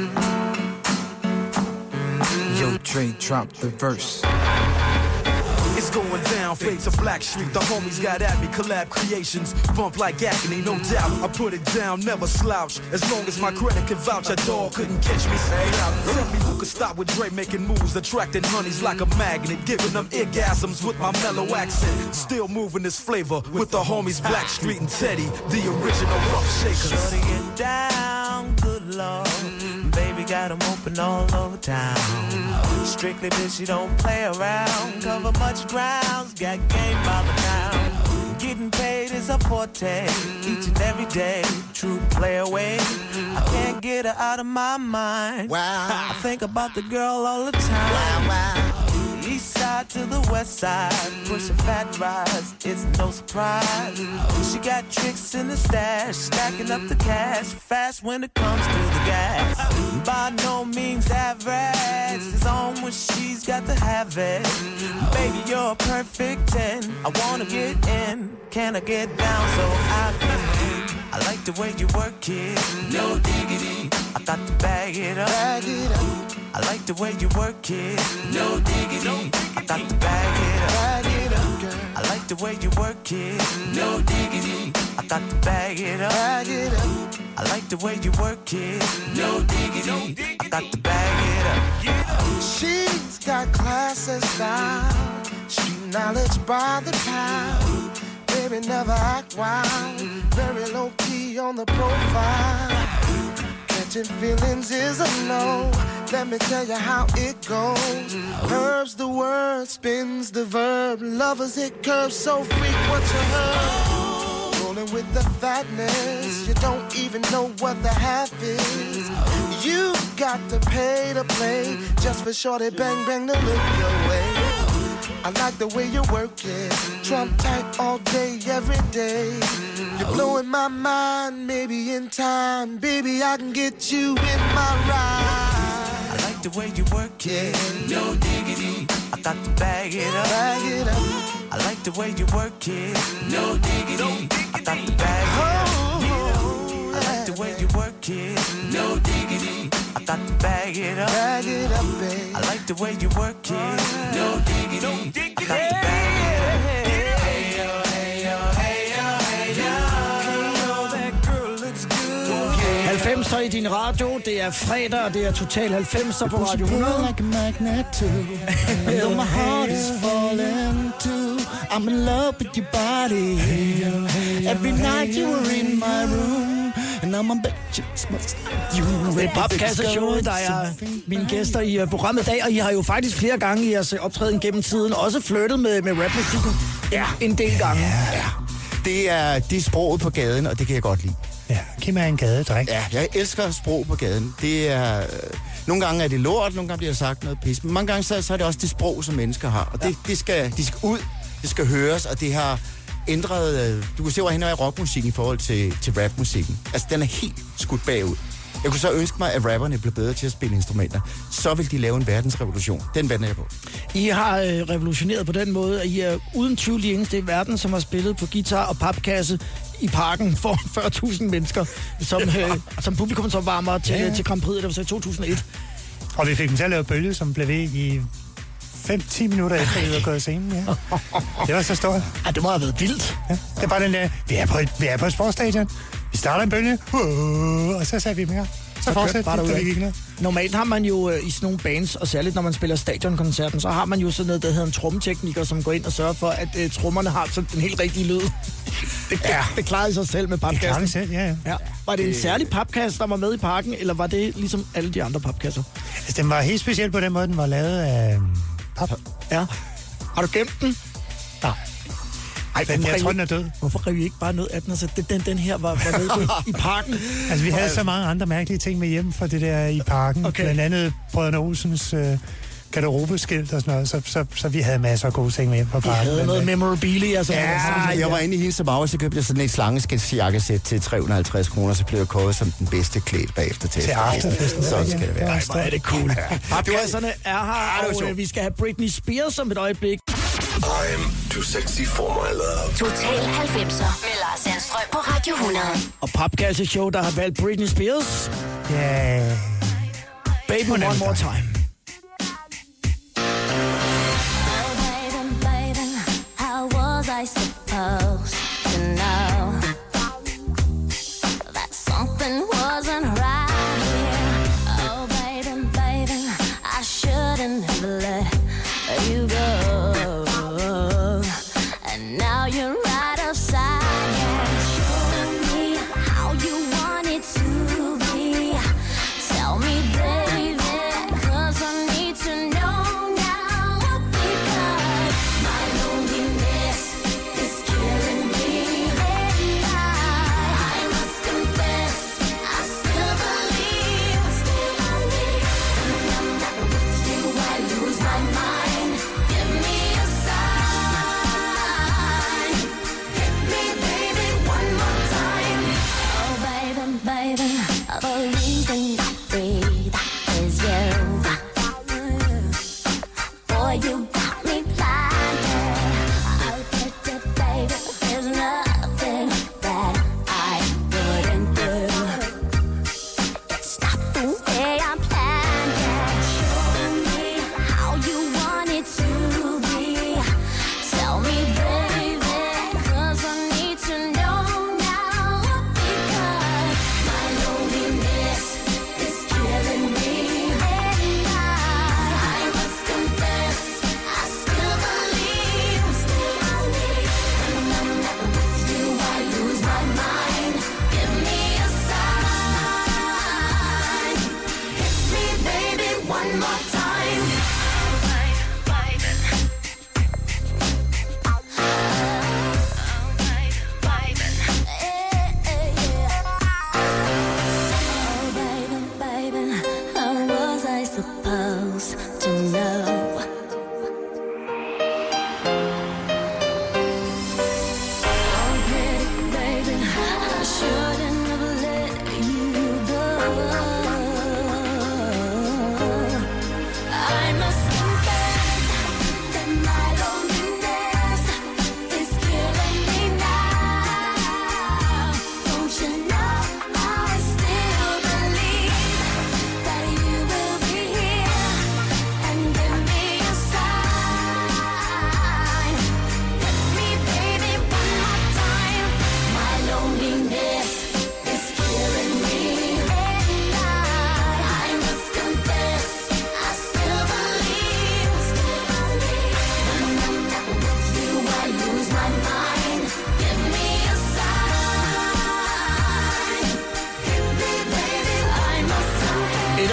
Yo, Dre, drop the verse. It's going down, fade to Blackstreet. The homies got at me, collab creations. Bump like agony, no doubt. I put it down, never slouch. As long as my credit can vouch, a dog couldn't catch me. Say out. Tell me who could stop with Dre making moves, attracting honeys like a magnet, giving them orgasms with my mellow accent. Still moving this flavor with the homies Blackstreet and Teddy, the original rough shakers. Shorty get down, good lord. Baby got 'em open all over town. Strictly bitch, you don't play around. Cover much grounds, got game by the pound. Getting paid is a forte, each and every day. True play away. I can't get her out of my mind. Wow. I think about the girl all the time. Wow, wow. East side to the west side, pushing fat rides, it's no surprise. She got tricks in the stash, stacking up the cash, fast when it comes to the gas. By no means average, it's on when she's got to have it. Baby, you're a perfect ten, I wanna get in, can I get down so I can win? I like the way you work it, no diggity, I got to bag it up. Bag it up. I I like the way you work it. No diggity. I got to bag it up. Bag it up, girl. I like the way you work it. No diggity. I got to bag it up. Bag it up. I like the way you work it. No diggity. I got to bag it up. She's got class and style. Street knowledge by the pound. Baby, never act wild. Very low key on the profile. Catching feelings is a no. Let me tell you how it goes. Herbs the word, spins the verb. Lovers hit curves, so freak what you heard. Rolling with the fatness, you don't even know what the half is. You got to pay to play, just for shorty bang bang to look your way. I like the way you work it, Trump tight all day, every day. You're blowing my mind, maybe in time, baby I can get you in my ride. I like the way you work it, no diggity. I got to bag it up. Bag it up. I like the way you work it, no diggity. I got to bag it up. I like the way you work it, no diggity. I got to bag it up. Bag it up, babe. I like the way you work it, no diggity. I got to bag it up. Hey yo, hey yo, hey yo, hey yo. Hey yo, that girl looks good. halvfemser i din radio, det er fredag, og det er Total halvfemser på Radio hundrede. Like a magnet too. Though my heart is falling too. I'm in love with your body. Every night you were in my room. And I'm a bitch, you. Det er Popkasse-showet, der er mine gæster i programmet i dag, og I har jo faktisk flere gange i jeres optræden gennem tiden også flirtet med, med rapmusikken. Ja, en del gange. Ja. Det er, det er sproget på gaden, og det kan jeg godt lide. Ja, giv mig en gadedrik. Ja, jeg elsker sprog på gaden. Det er... Nogle gange er det lort, nogle gange bliver sagt noget pis. Men mange gange så, så er det også det sprog, som mennesker har. Og det, det skal, de skal ud, det skal høres, og det har ændret... Du kan se, hvor hen er rockmusik i forhold til, til rapmusikken. Altså, den er helt skudt bagud. Jeg kunne så ønske mig, at rapperne blev bedre til at spille instrumenter. Så vil de lave en verdensrevolution. Den vender jeg på. I har øh, revolutioneret på den måde, at I er uden tvivl de eneste i verden, som har spillet på guitar og papkasse i parken for fyrre tusind mennesker, som, øh, som publikumsopvarmer til, ja, ja. til Grand Prix, det var så i to tusind og et. Og vi fik dem til at lave bølge, som blev ved i fem til ti minutter efter, vi var gået i scenen. Ja. Det var så stort. Ja, det må have været vildt. Ja. Det er bare den der, vi er på et, vi er på et sportsstadion. Vi starter en bølge, og så sagde vi mere. Så fortsæt, bare det gik ned. Normalt har man jo øh, i sådan nogle bands, og særligt når man spiller stadionkoncerten, så har man jo sådan noget, der hedder en trommetekniker, som går ind og sørger for, at øh, trommerne har sådan den helt rigtige lyd. det, ja. det klarede sig selv med papkassen. Det klarede selv, ja, ja. ja. Var det en særlig papkasse, der var med i parken, eller var det ligesom alle de andre papkasser? Altså, den var helt speciel på den måde, den var lavet af pap. Ja. Har du gemt den? Nej. Ej, men jeg tror, den er død. Hvorfor rev I ikke bare noget af den, og så den, den her var, var med i parken? Altså, vi havde så mange andre mærkelige ting med hjem fra det der i parken. Okay. Blandt andet Brødrene Olsens øh, garderobeskilt og sådan noget, så, så, så vi havde masser af gode ting med hjem på parken. Vi havde noget memorabilia. Altså, ja, jeg var inde i hendes Maus, så købte jeg sådan et slangeskældsjakkesæt til tre hundrede og halvtreds kroner, så blev jeg kåret som den bedste klædt bagefter til. Til aftenfesten. Sådan skal det være. Ej, hvor er det cool. Papkasserne er her, og øh, vi skal have Britney Spears som et øjeblik. I'm too sexy for my love. Total halvfemser med Lars Sandstrøm på Radio hundrede. Og Popkasse-show, der har valgt Britney Spears. Ja. Yeah. Baby, one more time. I supposed to know that something wasn't right here. Oh, baby, baby, I shouldn't have let you go. And now you're right outside. Yeah. Show me how you want it to be. Tell me, baby, 'cause I need to know now. Because my loneliness is killing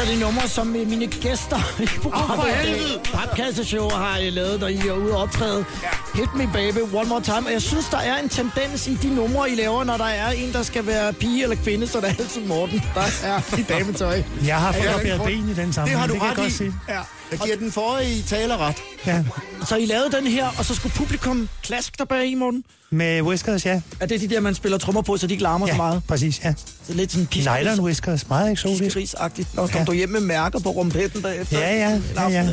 af de numre, som mine gæster i programmet i dag, Papkasseshow, har lavet, og I er ude og optræde. Hit Me Baby, One More Time. Og jeg synes, der er en tendens i de numre, I laver, når der er en, der skal være pige eller kvinde, så der er altid Morten, der er i dametøj. Jeg har fået ja, ben i den sammenhæng. Det har du det ret i. Sige. Ja. Jeg giver den forrige taler ret. Ja. Så I lavede den her, og så skulle publikum klask der bag i, Morten? Med whiskers, ja. Er det de der, man spiller trommer på, så de ikke larmer ja, så meget? præcis, ja. Så lidt sådan piskris. Nylon whiskers, meget eksotisk. Piskrisagtigt. Nå, kom ja. du hjem med mærker på rumpetten derefter? Ja, ja, ja, ja.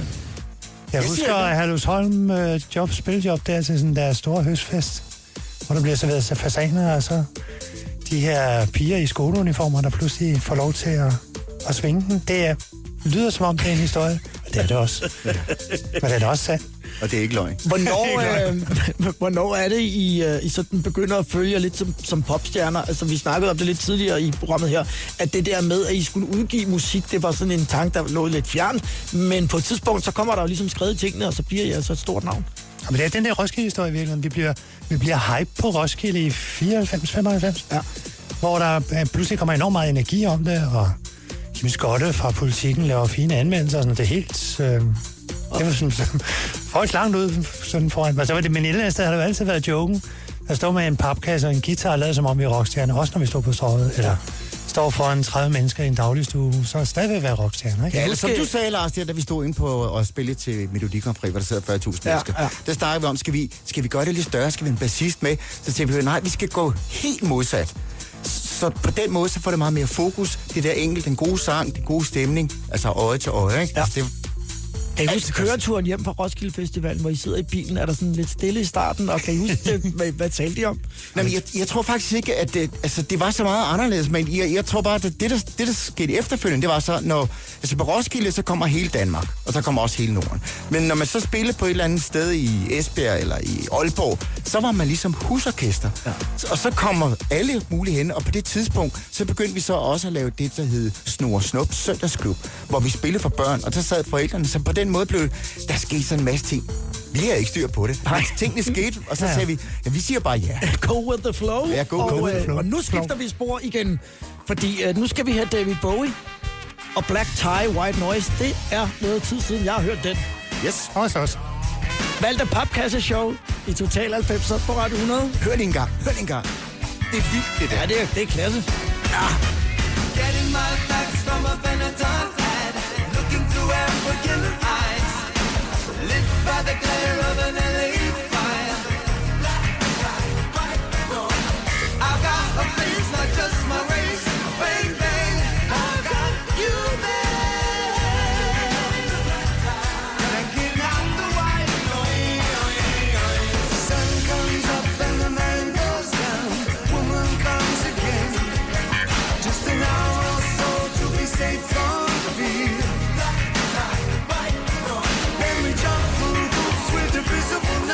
Jeg husker at Herlufsholm uh, job, spiljob der til sådan der store høstfest, hvor der bliver serveret til fasaner, og så de her piger i skoleuniformer, der pludselig får lov til at, at svinge den. Det er, lyder som om det er en historie, men det er det også. Men det er det også sandt. Og det er ikke løgn. Hvornår, øh, hvornår er det, I, I sådan begynder at følge lidt som, som popstjerner? Altså, vi snakkede om det lidt tidligere i programmet her, at det der med, at I skulle udgive musik, det var sådan en tanke, der lå lidt fjern. Men på et tidspunkt, så kommer der jo ligesom skrevet tingene, og så bliver I altså et stort navn. Men det er den der Roskilde-historie i virkeligheden. Vi bliver, vi bliver hype på Roskilde i fireoghalvfems femoghalvfems, ja. Hvor der pludselig kommer enormt meget energi om det, og Kim Skotte fra Politikken laver fine anmeldelser, og sådan, det er helt... Øh, det var sådan, folk langt ud sådan foran. Altså, det, men et eller andet sted har det jo altid været joken. Der står med en papkasse og en guitar, lavet som om vi er rockstjerner, også når vi står på strøget, eller står foran tredive mennesker i en dagligstue, så er det stadigvæk være rockstjerner, ikke? Ja, eller som du sagde, Lars, der, da vi stod inde på at spille til Melodi Grand Prix, hvor der sidder fyrre tusind ja, mennesker. Ja. Der snakkede vi om, skal vi, skal vi gøre det lidt større? Skal vi have en bassist med? Så tænkte vi, nej, vi skal gå helt modsat. Så på den måde, så får det meget mere fokus. Det der enkelt, den gode sang, den gode stemning, altså øje til øje, ikke? Ja. Altså, det, kan I huske køreturen hjem fra Roskilde Festivalen, hvor I sidder i bilen? Er der sådan lidt stille i starten? Og kan I huske det? Hvad, hvad talte I om? Nej, men jeg, jeg tror faktisk ikke, at det, altså, det var så meget anderledes. Men jeg, jeg tror bare, at det, det, der, det, der skete efterfølgende, det var så, når... Altså på Roskilde, så kommer hele Danmark, og så kommer også hele Norden. Men når man så spillede på et eller andet sted i Esbjerg eller i Aalborg, så var man ligesom husorkester. Ja. Og så kommer alle mulige hen, og på det tidspunkt, så begyndte vi så også at lave det, der hed Snor Snup Søndagsklub, hvor vi spillede for børn, og der sad forældrene, så på den måde blev der skete sådan en masse ting. Vi har ikke styr på det. Nej, tingene skete, og så ja. sagde vi, ja, vi siger bare ja. Go with the flow. Ja, go, og, go with the flow. Og nu skifter vi spor igen, fordi uh, nu skal vi have David Bowie og Black Tie, White Noise. Det er noget tid siden, jeg har hørt den. Yes. Også også. Valgte Papkasseshow i Total halvfemser på Radio hundrede. Hør det en gang, hør det en gang. Det er vildt, det der. Ja, det er, det er klasse. Ja. Getting my facts from a Benetton ad, looking through African eyes, lit by the glare of an L A fire. I've got a face, not just my race, bang bang, I've got you there. Cranking out the white noise. Sun comes up and the man goes down, woman comes again. Just an hour or so to be safe from the field. Then we jump through hoops with invisible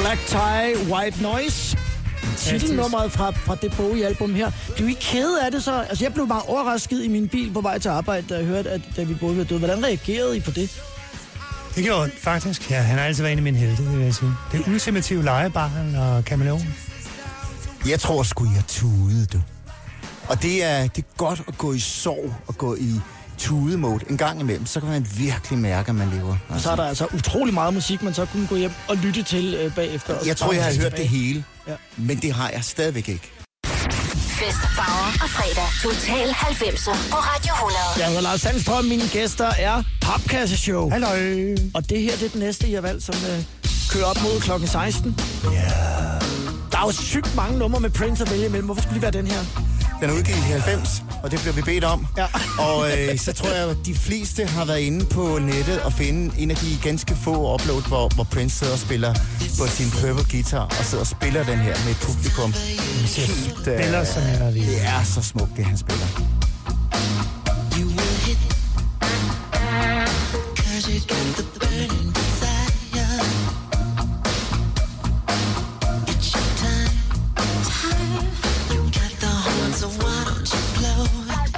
Black Tie, White Noise. Titelnummeret fra, fra det Bowie-album her. Blev I kede af det så? Altså, jeg blev meget overrasket i min bil på vej til arbejde, da jeg hørte, at David Bowie var død. Hvordan reagerede I på det? Det gjorde det, faktisk. Ja, han har altid været en af mine helte, det vil jeg sige. Det ultimative legebarn og kameleon. Jeg tror sgu, jeg tudede, du. Og det er, det er godt at gå i sorg og gå i tude-mode en gang imellem. Så kan man virkelig mærke, at man lever. Altså. Og så er der altså utrolig meget musik, man så kunne gå hjem og lytte til øh, bagefter. Jeg tror, jeg har hørt tilbage. det hele. Ja. Men det har jeg stadigvæk ikke. Fest, farver og fredag. Total halvfemser på Radio hundrede. Jeg hedder Lars Sandstrøm. Mine gæster er Papkasseshow. Hallo. Og det her det er den næste, I har valgt, som øh, kører op mod klokken seksten. Ja. Yeah. Der er jo sygt mange numre med Prince at vælge imellem. Hvorfor skulle det være den her? Den er udgivet i halvfems, og det bliver vi bedt om. Ja. Og øh, så tror jeg, at de fleste har været inde på nettet og finde en af de ganske få upload, hvor, hvor Prince sidder og spiller på sin purple guitar, og sidder og spiller den her med et publikum. Helt, spiller, som jeg er det er så smukt, det han spiller. You will hit, 'cause you got the burning desire. It's your time, time. You got the horn, so why don't you blow it?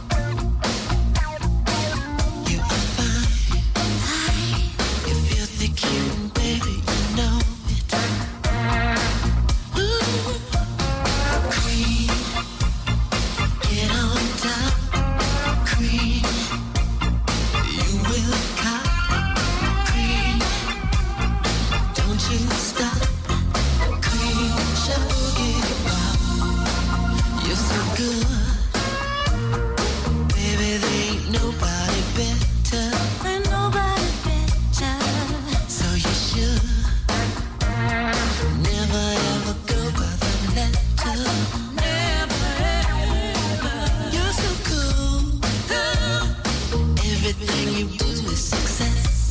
You are fine, you feel the cute, baby, you know it. Ooh, queen, get on top, queen. You will cop, queen. Don't you stop, queen. Boogie, you're so good, baby. There ain't nobody better. Ain't nobody better. So you should never ever go by the letter. Never ever. You're so cool, cool. Everything you do is success.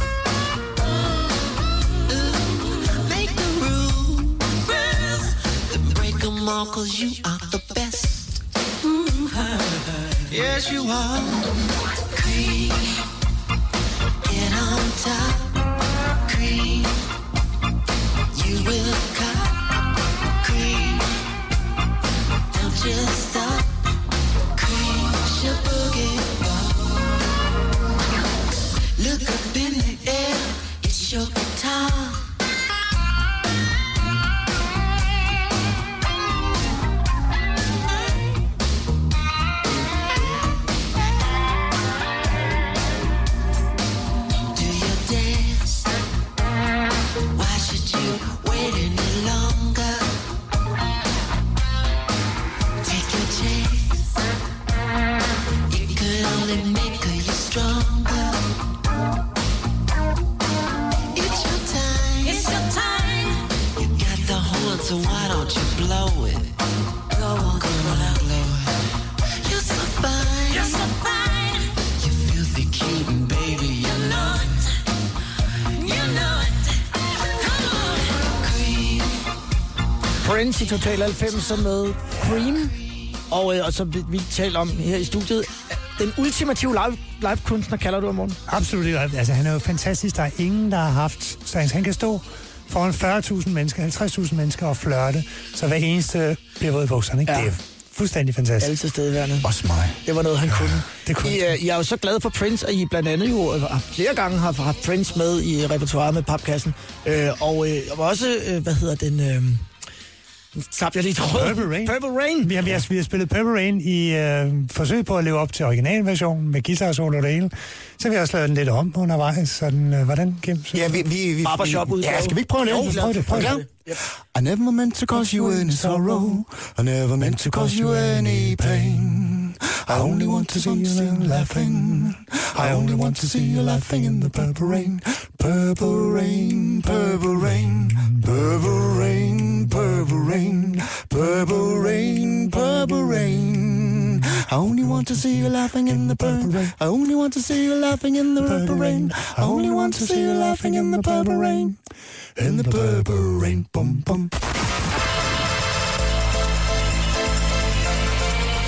Ooh, make the rules, then break them all, 'cause you are the best. Mm, yes, you are. Queen, get on top, queen. You will come, queen. Don't just stop, queen. Your boogie. Look up in the air, it's your guitar. Do you dance? Why should you wait any longer? Take your chance. You could only make you stronger. It's your time. It's your time. You got the horn, so why don't you blow it? Go on, go on, and blow it. You're so fine. You're so fine. You filthy cute, and baby, you know it. You know it. Come on, queen. Prince i Total halvfemser med Cream. Og, øh, og så vi, vi taler om her i studiet, den ultimative live, live-kunstner, kalder du ham, Morten? Absolut ikke. Altså, han er jo fantastisk. Der er ingen, der har haft... Så han kan stå foran fyrre tusind mennesker, halvtreds tusind mennesker og flørte, så hver eneste bliver våd i bukserne, ikke? Ja. Det er fuldstændig fantastisk. Alle tilstedeværende. Også mig. Det var noget, han kunne. Det kunne I, uh, I er jo så glade for Prince, at I blandt andet jo uh, flere gange har haft Prince med i repertoiret med Papkassen. Uh, og uh, også, uh, hvad hedder den... Uh, tabte jeg lige tråden. Purple Rain. Purple Rain. Vi har, vi har, vi har spillet Purple Rain i øh, forsøg på at leve op til originalversionen med guitar solo og det hele. Så vi har også lavet den lidt om undervejs. Sådan, øh, hvordan, Kim? Ja, vi... vi, vi Barbershop-udgave. Ja, skal vi ikke prøve det? Jo, prøv det, prøv det. Yep. I never meant to cause you any sorrow. I never meant to cause you any pain. I only want to see you laughing. I only want to see you laughing in the purple rain. Purple rain, purple rain, purple rain, purple rain, purple rain, purple rain. I only want to see you laughing in the purple rain. I only want to see you laughing in the purple rain. I only want to see you laughing in the purple rain. In the purple rain, bum bum.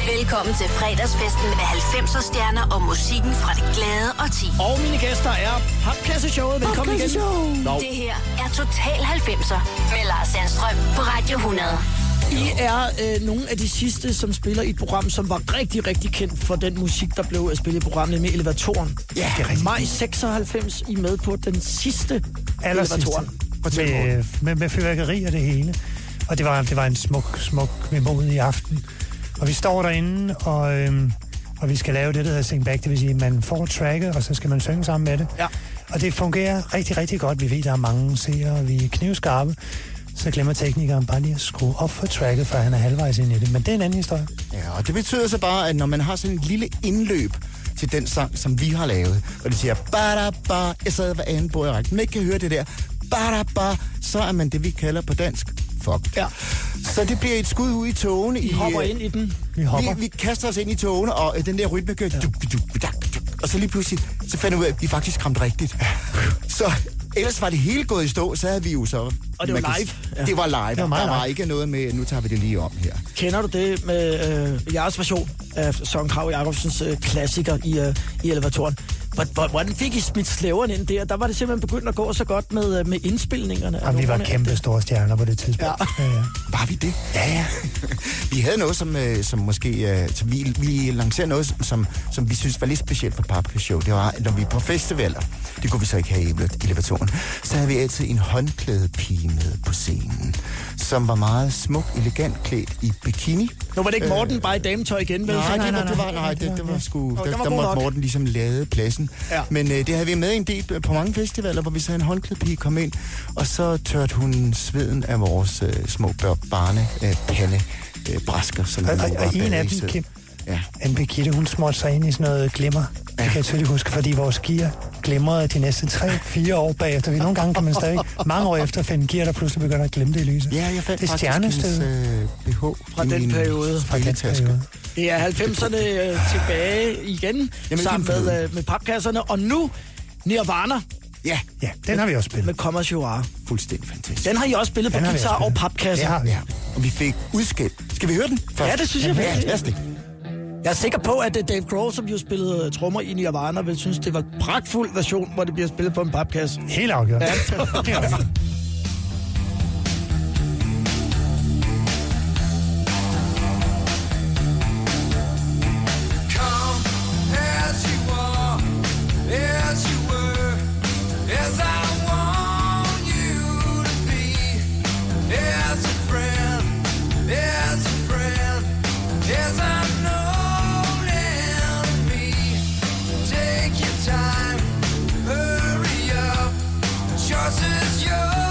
Velkommen til fredagsfesten med halvfemser stjerner og musikken fra det glade årti. Og mine gæster er Popkasse-showet. Velkommen igen. No. Det her er Total halvfemser med Lars Sandstrøm på Radio hundrede. I er øh, nogle af de sidste, som spiller i et program, som var rigtig, rigtig kendt for den musik, der blev spillet i programmet med Elevatoren. Ja, det er rigtigt. Maj seksoghalvfems, I med på den sidste Elevatoren. Med, med, med fyrværkeri og det hele. Og det var, det var en smuk, smuk memodig aften. Og vi står derinde, og, øhm, og vi skal lave det, der hedder Sing Back. Det vil sige, at man får tracket, og så skal man synge sammen med det. Ja. Og det fungerer rigtig, rigtig godt. Vi ved, der er mange seere, og vi er knivskarpe. Så glemmer teknikeren bare lige at skrue op for tracket, før han er halvvejs ind i det. Men det er en anden historie. Ja, og det betyder så bare, at når man har sådan en lille indløb til den sang, som vi har lavet, og det siger, ba-da-ba, jeg sad ved anden bord i rækken, man ikke kan høre det der, ba-da-ba, så er man det, vi kalder på dansk, fuck. Ja. Så det bliver et skud ud i togene. Vi i, hopper ind i den. Vi hopper. Vi, vi kaster os ind i togene, og øh, den der rytme gør, ja. duk, duk, duk, duk, og så lige pludselig, så fandt jeg ud af, at vi faktisk ramte rigtigt. Så ellers var det hele gået i stå, så havde vi jo så... Og det var live. Ja. Det var live. Det var der var ikke noget med, nu tager vi det lige om her. Kender du det med øh, jeres version af Søren Kragh Jacobsens øh, klassiker i, øh, i Elevatoren? Hvordan fik I smidt slæverne ind der? Der var det simpelthen begyndt at gå så godt med, med indspilningerne. Og vi var kæmpe store stjerner på det tidspunkt. Ja. Ja, ja. Var vi det? Ja, ja. Vi havde noget, som, som måske... Som vi, vi lancerede noget, som, som vi synes var lidt specielt for Popkasse Show. Det var, når vi er på festivaler, det kunne vi så ikke have i Elevatoren, så havde vi altid en håndklædepige med på scenen, som var meget smuk, elegant klædt i bikini. Nu var det ikke Morten øh, bare i dametøj igen, vel? Nej, det var, det var, nej, det, det var sgu... Oh, der, der måtte Morten ligesom lade pladsen. Ja. Men øh, det havde vi med en del på mange festivaler, hvor vi så en håndklædepige kom ind, og så tørte hun sveden af vores øh, små barne øh, pande øh, brasker, som og, vi og, var og en af dem, Kim, ja. Anne Birgitte, hun småtte sig ind i sådan noget glimmer. Det kan jeg tydeligt huske, fordi vores gear glimrede de næste tre fire år bagefter. Vi nogle gange kan man stadig mange år efter finde gear, der pludselig begynder at glemme det i lyset. Ja, jeg fandt det er faktisk hendes øh, B H fra den periode. Fra den periode. Det er halvfemserne øh, tilbage igen, Jamen, sammen med, øh, med papkasserne. Og nu Nirvana. Ja, ja, den har vi også spillet. Med Come As You Are. Fuldstændig fantastisk. Den har I også spillet på guitar og papkasse. Ja, ja. Og vi fik udskilt. Skal vi høre den først? Ja, det synes jeg. Ja, lad os det. Jeg er sikker på, at Dave Grohl, som jo spillede trommer i Nirvana, vil synes, det var en pragtfuld version, hvor det bliver spillet på en papkasse. Helt afgjort. Ja. Helt afgjort. Time, hurry up, choices yours.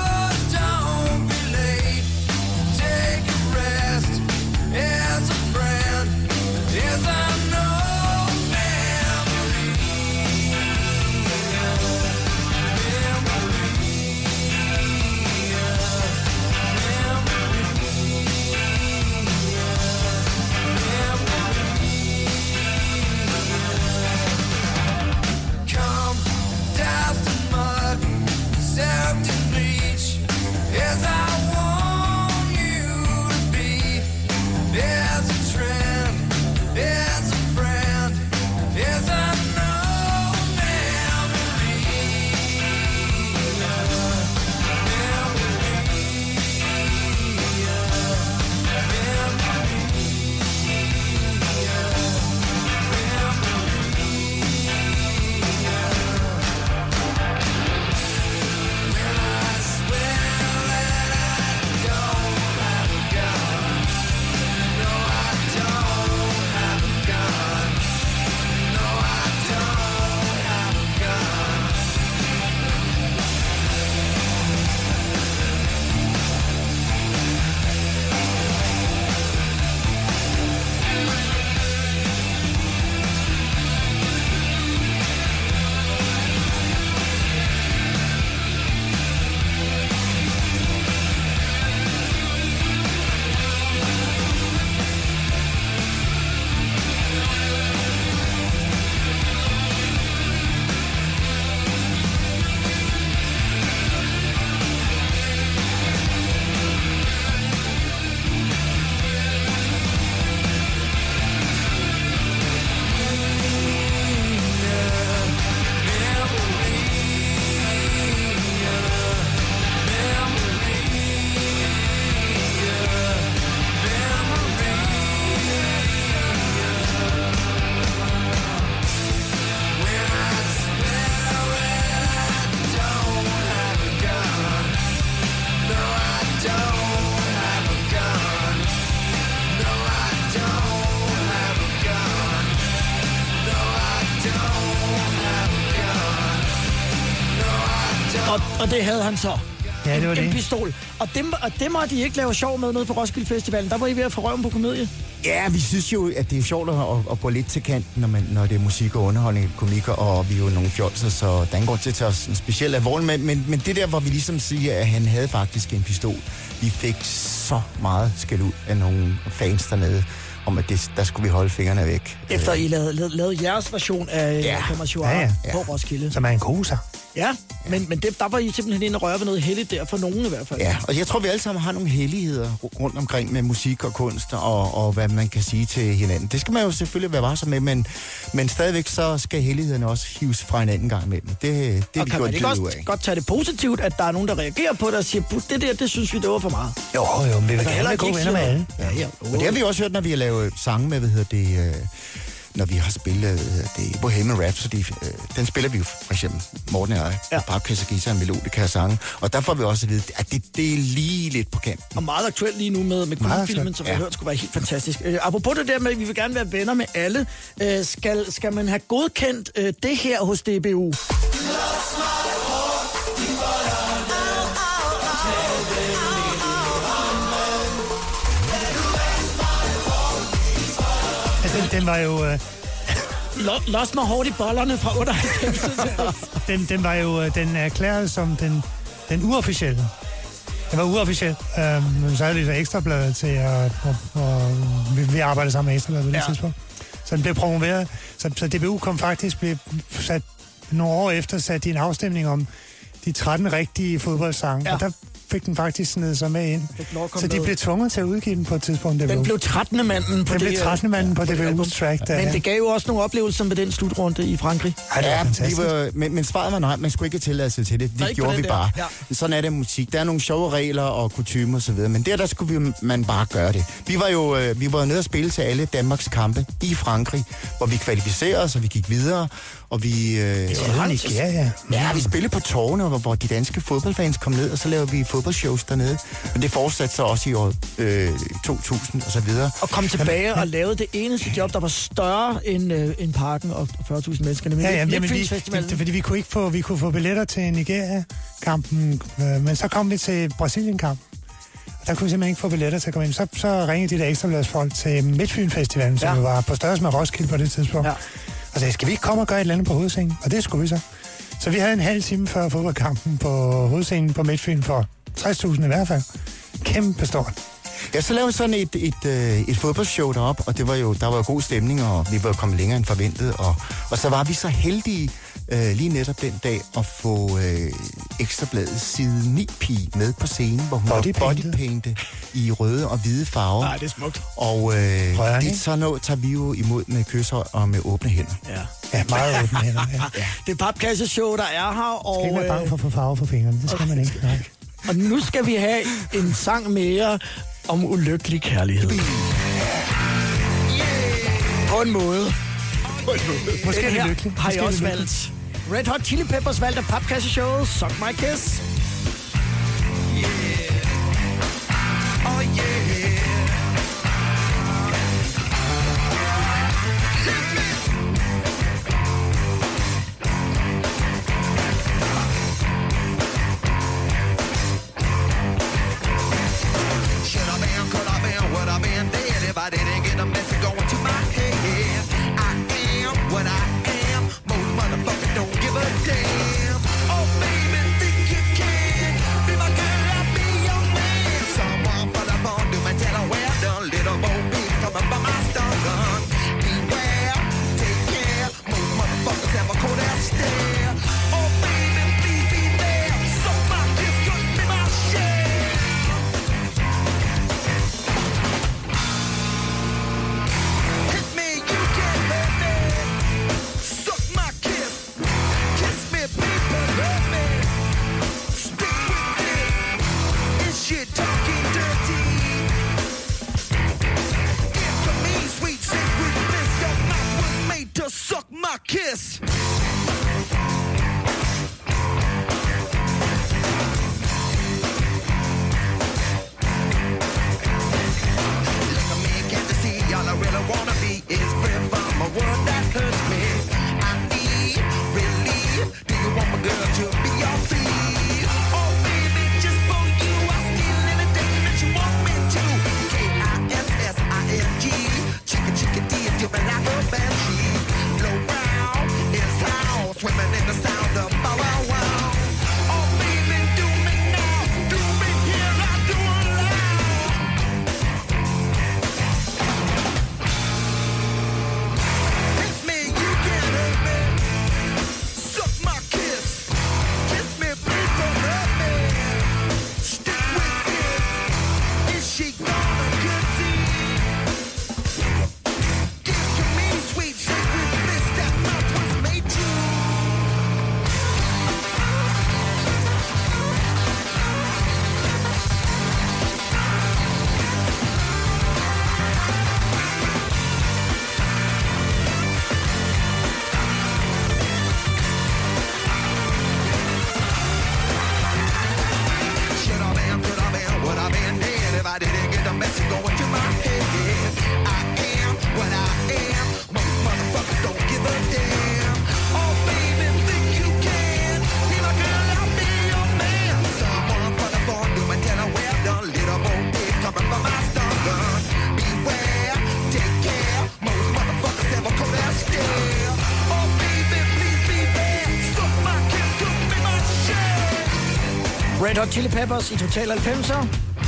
Og det havde han så. Ja, det var en, det. En pistol. Og dem, og dem har de ikke lavet sjov med nede på Roskilde Festivalen. Der var I ved at få røven på komedie. Ja, vi synes jo, at det er sjovt at, at gå lidt til kanten, når, man, når det er musik og underholdning og komikker, og vi er jo nogle fjolser, så der går til at tage os en speciel alvorlig. Men, men, men det der, hvor vi ligesom siger, at han havde faktisk en pistol, vi fik så meget skæld ud af nogle fans dernede, om at det, der skulle vi holde fingrene væk. Efter I lavede, lavede, lavede jeres version af Ja. Kammershua Ja, ja. på Roskilde. Som er en koser. Ja, men, men det, der var I simpelthen inde og røre ved noget heldigt der, for nogen i hvert fald. Ja, og jeg tror, vi alle sammen har nogle helligheder rundt omkring med musik og kunst og, og hvad man kan sige til hinanden. Det skal man jo selvfølgelig være varsom med, men, men stadigvæk så skal hellighederne også hives fra en anden gang imellem. Det, det er Og vi kan gjort man ikke lidt ud også af. godt tage det positivt, at der er nogen, der reagerer på det og siger, "Put, det der, det synes vi, det var for meget." Jo, jo, men vi vil Altså, gerne heller være ikke gode ikke venner med sige alle. noget. Ja, ja. Og det har vi også hørt, når vi har lavet sange med, hvad hedder det, øh, når vi har spillet hvad hedder det Bohemian Rhapsody. Øh, den spiller vi jo for eksempel, Morten og jeg, ja. Papkasse, guitar, melodika og sange. Og der får vi også at vide, at det, det er lige lidt på kant. Og meget aktuelt lige nu med, med Queen-filmen, som jeg har hørt skulle være helt fantastisk. Øh, apropos det der med, at vi vil gerne være venner med alle, øh, skal, skal man have godkendt øh, det her hos D B U? Den, den var jo... Øh... Los mig hårdt i bollerne fra otteoghalvfems. den, den var jo øh, den erklæret som den, den uofficielle. Den var uofficiel. Øhm, så havde vi så Ekstrabladet til at... Og, og, vi, vi arbejdede sammen med Ekstrabladet på det Ja. tidspunkt. Så den blev promoveret. Så, så D B U kom faktisk... Blev sat, nogle år efter satte de en afstemning om de tretten rigtige fodboldsange. Ja. Og der fik den faktisk snedet sig med ind. lov at komme Så de med. blev tvunget til at udgive den på et tidspunkt. D B U. Den blev trettende manden på Den blev det, trettende manden på D B U's track. Der, Men ja. det gav jo også nogle oplevelser med den slutrunde i Frankrig. Ja, vi var, men, men svaret var nej, man skulle ikke have tilladelse til det. Nej, Det ikke gjorde på vi den der. bare. Ja. Sådan er det musik. Der er nogle sjove regler og kutymer og så videre, men der, der skulle vi, man bare gøre det. Vi var jo øh, vi var nede og spille til alle Danmarks kampe i Frankrig, hvor vi kvalificerede os, og vi gik videre, og vi... Øh, Det var Nigeria. Ja, vi spillede på tårne, hvor, hvor de danske fodboldfans kom ned, og så lavede vi fodboldshows dernede. Men det fortsatte så også i år øh, to tusind og så videre. Og kom tilbage og lavede det eneste job, der var større end, øh, end parken og fyrre tusind mennesker. Nemlig Ja, ja, Midtfyns jamen, vi, Festivalen. det, fordi vi kunne ikke få, vi kunne få billetter til Nigeria-kampen, øh, men så kom vi til Brasilien-kampen. Og der kunne vi simpelthen ikke få billetter til at komme ind. Så, så ringede de der ekstrabladsfolk til Midtfyn Festivalen, som Ja. ja. var på størrelse med Roskilde på det tidspunkt. Ja. Og sagde, skal vi ikke komme og gøre et eller andet på hovedscenen? Og det skulle vi så. Så vi havde en halv time før fodboldkampen på hovedscenen på Midtfyn for tres tusind i hvert fald. Kæmpe stort. Ja, så lavede vi sådan et, et, et, et fodboldshow derop, og det var jo, der var jo god stemning, og vi var kommet længere end forventet. Og, og så var vi så heldige øh, lige netop den dag at få øh, Ekstrabladets side ni-pige med på scenen, hvor hun Bodypainted. var bodypainted i røde og hvide farver. Nej, det er smukt. Og øh, Rørende, det ikke? så nå, tager vi jo imod med kysser og med åbne hænder. Ja. Ja, meget åbne hænder. Ja. Ja. Det er papkasseshow, der er her. Og, Skal ikke være bange for øh, at få farve for fingrene. Det skal man ikke. Nej. og nu skal vi have en sang mere om ulykkelig kærlighed. På en måde. Måske Den er det her lykkeligt. har Måske jeg er også det valgt. Red Hot Chili Peppers valgte af papkasseshowet Suck My Kiss. Oh yeah. Should I been, could I been, would I been dead if I didn't get a message going to my head? I am what I am. Most motherfuckers don't give a damn. Oh baby, think you can be my girl, I'll be your man. Someone for the phone, do my tell her well done. Little Bo Peep coming from my stun gun. Beware, take care. Most motherfuckers have a cold ass stare. Oh baby, please be there. So my kiss could be my share. Hit me Red Hot Chili Peppers i Total halvfemser.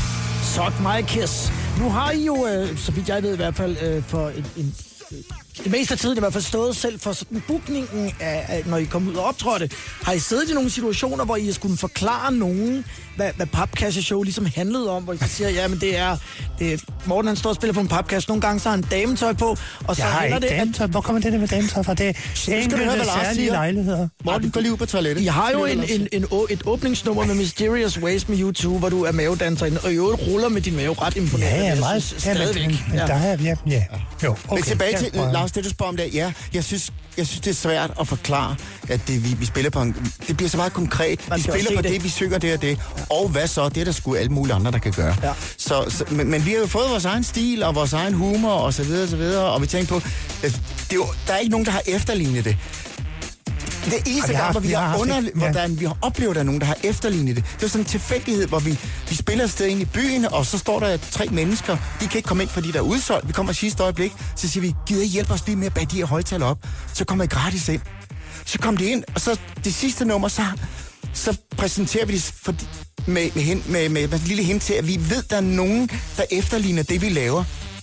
Suck My Kiss. Nu har I jo, øh, så vidt jeg ved i hvert fald, øh, for en, en, det meste af tiden i hvert fald stået selv for sådan bookningen af, af, når I kommer ud og optrådte. Har I siddet i nogle situationer, hvor I skulle forklare nogen, hvad, hvad papkasseshow ligesom handlede om, hvor I siger, ja, men det er, det er Morten, han står og spiller på en papkasse. Nogle gange så har han dametøj på, og så jeg har ikke det, dametøj. Hvor kommer det der med dametøj fra? Det er enkelte særlige lejligheder. Morten, gå lige ud på toilettet. I har jo en, en, en, et åbningsnummer med Mysterious Ways med YouTube, hvor du er mavedanser ind, og i øvrigt ruller med din mave ret imponerende. Ja, ja, meget. Stadigvæk. Men, men der er jeg, ja, ja. Jo, okay. Men tilbage til, Lars, det du spørger om det, ja, jeg synes, jeg synes, det er svært at forklare, at det, vi, vi spiller på en, det bliver så meget konkret. Vi spiller på det. det, vi synger det og det. Og hvad så? Det er der sgu alle mulige andre, der kan gøre. Ja. Så, så, men, men vi har jo fået vores egen stil, og vores egen humor, og så videre, og så videre. Og vi tænker på, det er jo, der er ikke nogen, der har efterlignet det. Det eneste gang, hvor vi har, har under, hvordan vi har oplevet, at der er nogen, der har efterlignet det. Det er sådan en tilfældighed, hvor vi, vi spiller et sted ind i byen, og så står der tre mennesker. De kan ikke komme ind, fordi der er udsolgt. Vi kommer i sidste øjeblik, så siger vi, gider I hjælpe os lige med at bage de her højtaler op? Så kommer I gratis ind. Så kom de ind, og så det sidste nummer, så, så præsenterer vi det for, med, med, med, med, med, med et lille hint til, at vi ved, at der er nogen, der efterligner det, vi laver.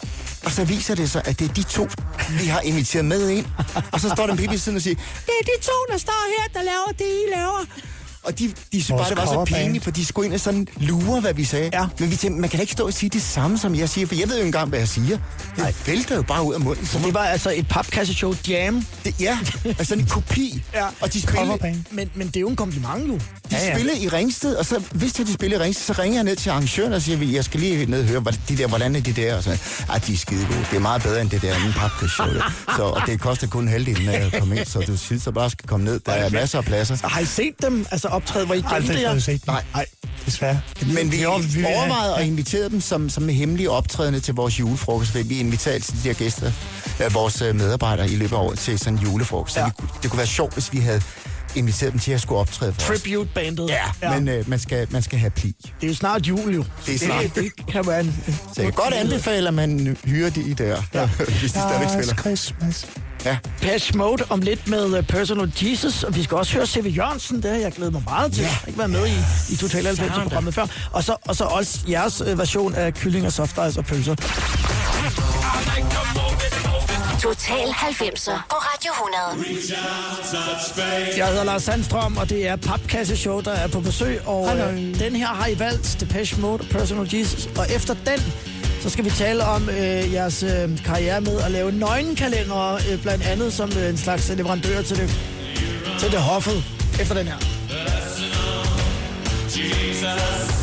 Og så viser det sig, at det er de to, vi har inviteret med ind. Og så står der en pige i siden og siger, det er de to, der står her, der laver det, I laver. Og de, de synes bare, det var så pinligt, for de skulle ind og sådan lure, hvad vi sagde. Ja. Men vi tænkte, man kan ikke stå og sige det samme, som jeg siger, for jeg ved jo engang, hvad jeg siger. Det Nej. vælter jo bare ud af munden. Så det var altså et papkasseshow jam? Det, ja, altså en kopi. Ja. Og de spillede, men, men det er jo en kompliment, jo. De ja, ja. spillede i Ringsted, og så hvis de spillede i Ringsted, så ringer jeg ned til arrangøren og siger, jeg skal lige ned og høre, de der, hvordan er de der? Og så, ah, de er skide gode. Det er meget bedre end det der anden papkasseshow. Så, og det koster kun halvdelen af at komme ind, så du synes, så bare skal komme ned. Der er masser af pladser. Så har I set dem altså optræde, hvor I kendte det? Nej, nej, desværre. Men vi, vi overvejede at invitere dem som, som hemmelige optrædende til vores julefrokost. Vi inviterede til de her gæster, vores medarbejdere i løbet af året til sådan en julefrokost. Ja. Det, det kunne være sjovt, hvis vi havde inviteret dem til at skulle optræde for os. Tribute-bandet. Ja, ja. men øh, man, skal, man skal have pli. Det er jo snart jul, jo. Det er snart. Det, det kan man... Så jeg kan godt anbefale, at man hyrer de der, ja. hvis de stadigvæk spiller. Christmas. Ja. Depeche Mode om lidt med uh, Personal Jesus, og vi skal også høre C V Jørgensen, det har jeg glædet mig meget til. Jeg har ikke været med i, i Total halvfemser-programmet før. Og så, og så også jeres uh, version af kylling og soft ice og pølser. Total halvfemser på Radio hundrede. Jeg hedder Lars Sandstrøm, og det er Papkasseshow, der er på besøg. Og øh, den her har I valgt, Depeche Mode og Personal Jesus. Og efter den, så skal vi tale om øh, jeres øh, karriere med at lave nøgenkalendere, øh, blandt andet som øh, en slags leverandør til det, til det hoffet. Efter den her. Jesus.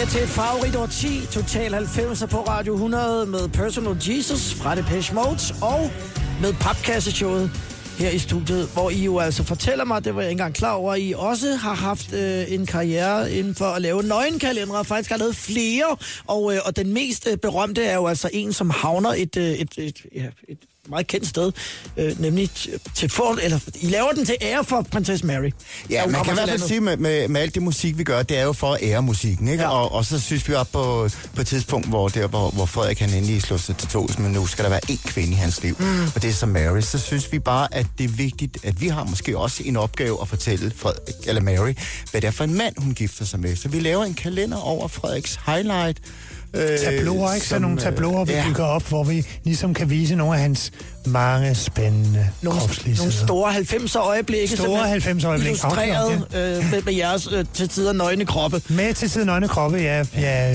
til et favorit over ti, Total halvfemser på Radio hundrede med Personal Jesus fra Depeche Mode og med Papkasseshowet her i studiet, hvor I jo altså fortæller mig, det var jeg ikke engang klar over, at I også har haft øh, en karriere inden for at lave nøgenkalendere, faktisk har lavet flere, og, øh, og den mest øh, berømte er jo altså en, som havner et, øh, et, et, ja, et meget kendt sted, øh, nemlig til for, eller I laver den til ære for Princess Mary. Ja, man kan i hvert fald sige med, med, med alt det musik, vi gør, det er jo for at ære musikken, ikke? Ja. Og, og så synes vi op på, på et tidspunkt, hvor, der, hvor, hvor Frederik han endelig slår sig til tos, men nu skal der være én kvinde i hans liv, mm. og det er så Mary. Så synes vi bare, at det er vigtigt, at vi har måske også en opgave at fortælle Frederik, eller Mary, hvad det er for en mand, hun gifter sig med. Så vi laver en kalender over Frederiks highlight. Øh, tabloer, ikke? Så nogle tabloer, vi ja. bygger op, hvor vi ligesom kan vise nogle af hans mange spændende nogle, kropslige nogle store halvfemser øjeblikke. Store halvfemser øjeblikke. Illustreret øh, med, med jeres øh, til tider nøgne kroppe. Med til tider nøgne kroppe, ja. ja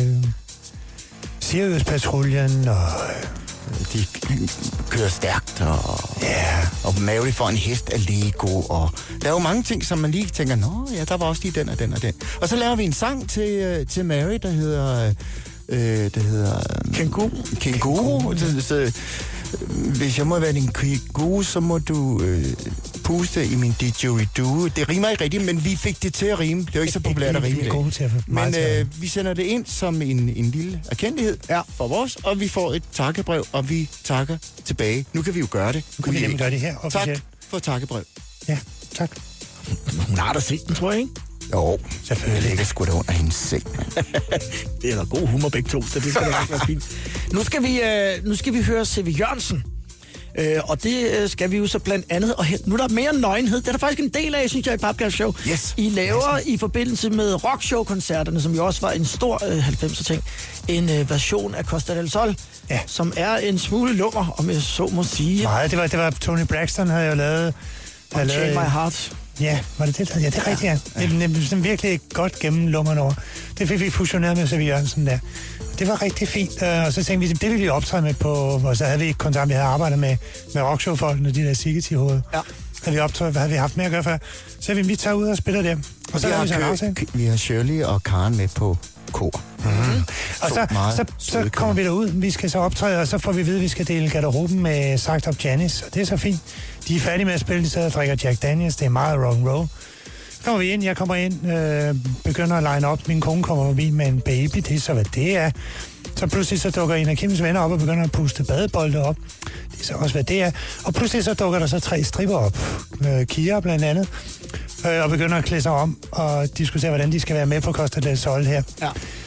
Sirius-patruljen og... De kører stærkt, og, yeah. og Mary får en hest af Lego, og der er jo mange ting, som man lige tænker, nå ja, der var også lige den og den og den. Og så laver vi en sang til, til Mary, der hedder... Øh, det hedder... Kænguru. Kænguru. Så, så, hvis jeg må være din kænguru, så må du øh, puste i min didgeridoo. Det rimer ikke rigtigt, men vi fik det til at rime. Det er jo ikke så populært at rime i dag. Men øh, vi sender det ind som en, en lille erkendelighed ja. for vores, og vi får et takkebrev, og vi takker tilbage. Nu kan vi jo gøre det. Nu kan vi nemlig gøre det her officielt. Tak for takkebrev. Ja, tak. Hun har da set den, tror jeg, ikke? Jo, selvfølgelig. Det sgu da under hendes seng. Det er da god humor begge to, så det skal da være fint. Nu skal vi, øh, nu skal vi høre C V Jørgensen. Øh, og det øh, skal vi jo så blandt andet. Og nu er der mere nøgenhed. Det er der faktisk en del af, synes jeg, i Papkasseshow. Yes. I laver yes. i forbindelse med rockshow-koncerterne, som jo også var en stor øh, halvfemser-ting, en øh, version af Costa del Sol, ja. som er en smule lummer, om jeg så må sige. Nej, det var, det var Tony Braxton, havde jo lavet... Og Chain My Heart. Ja, var det det? Ja, det er rigtigt, ja. Det er nemlig virkelig godt gennemlummer over. Det fik vi fusioneret med C V Jørgensen der. Det var rigtig fint, og så tænkte vi, det ville vi optræde med på, og så havde vi ikke kontakt, vi havde arbejdet med, med rockshow-folkene, de der Sigeti-hoveder. Ja. Havde vi optrædet, hvad havde vi haft med at gøre før? Så vi, vi tager ud og spiller der. Og, og så vi, har vi, kø- vi har Shirley og Karen med på kor. Mm-hmm. Og så, så, så kommer vi derud, vi skal så optræde, og så får vi at vide, at vi skal dele garderoben med Sagt Up Janice, og det er så fint. De er færdige med at spille, de sidder og drikker Jack Daniels, det er meget rock roll. Så kommer vi ind, jeg kommer ind, øh, begynder at line op, min kone kommer forbi med en baby, det er så hvad det er. Så pludselig så dukker en af Kims venner op og begynder at puste badebolde op. Det er så også hvad det er. Og pludselig så dukker der så tre stripper op, øh, Kira blandt andet, øh, og begynder at klæde sig om og diskutere, hvordan de skal være med på Costa del Sol her. Ja.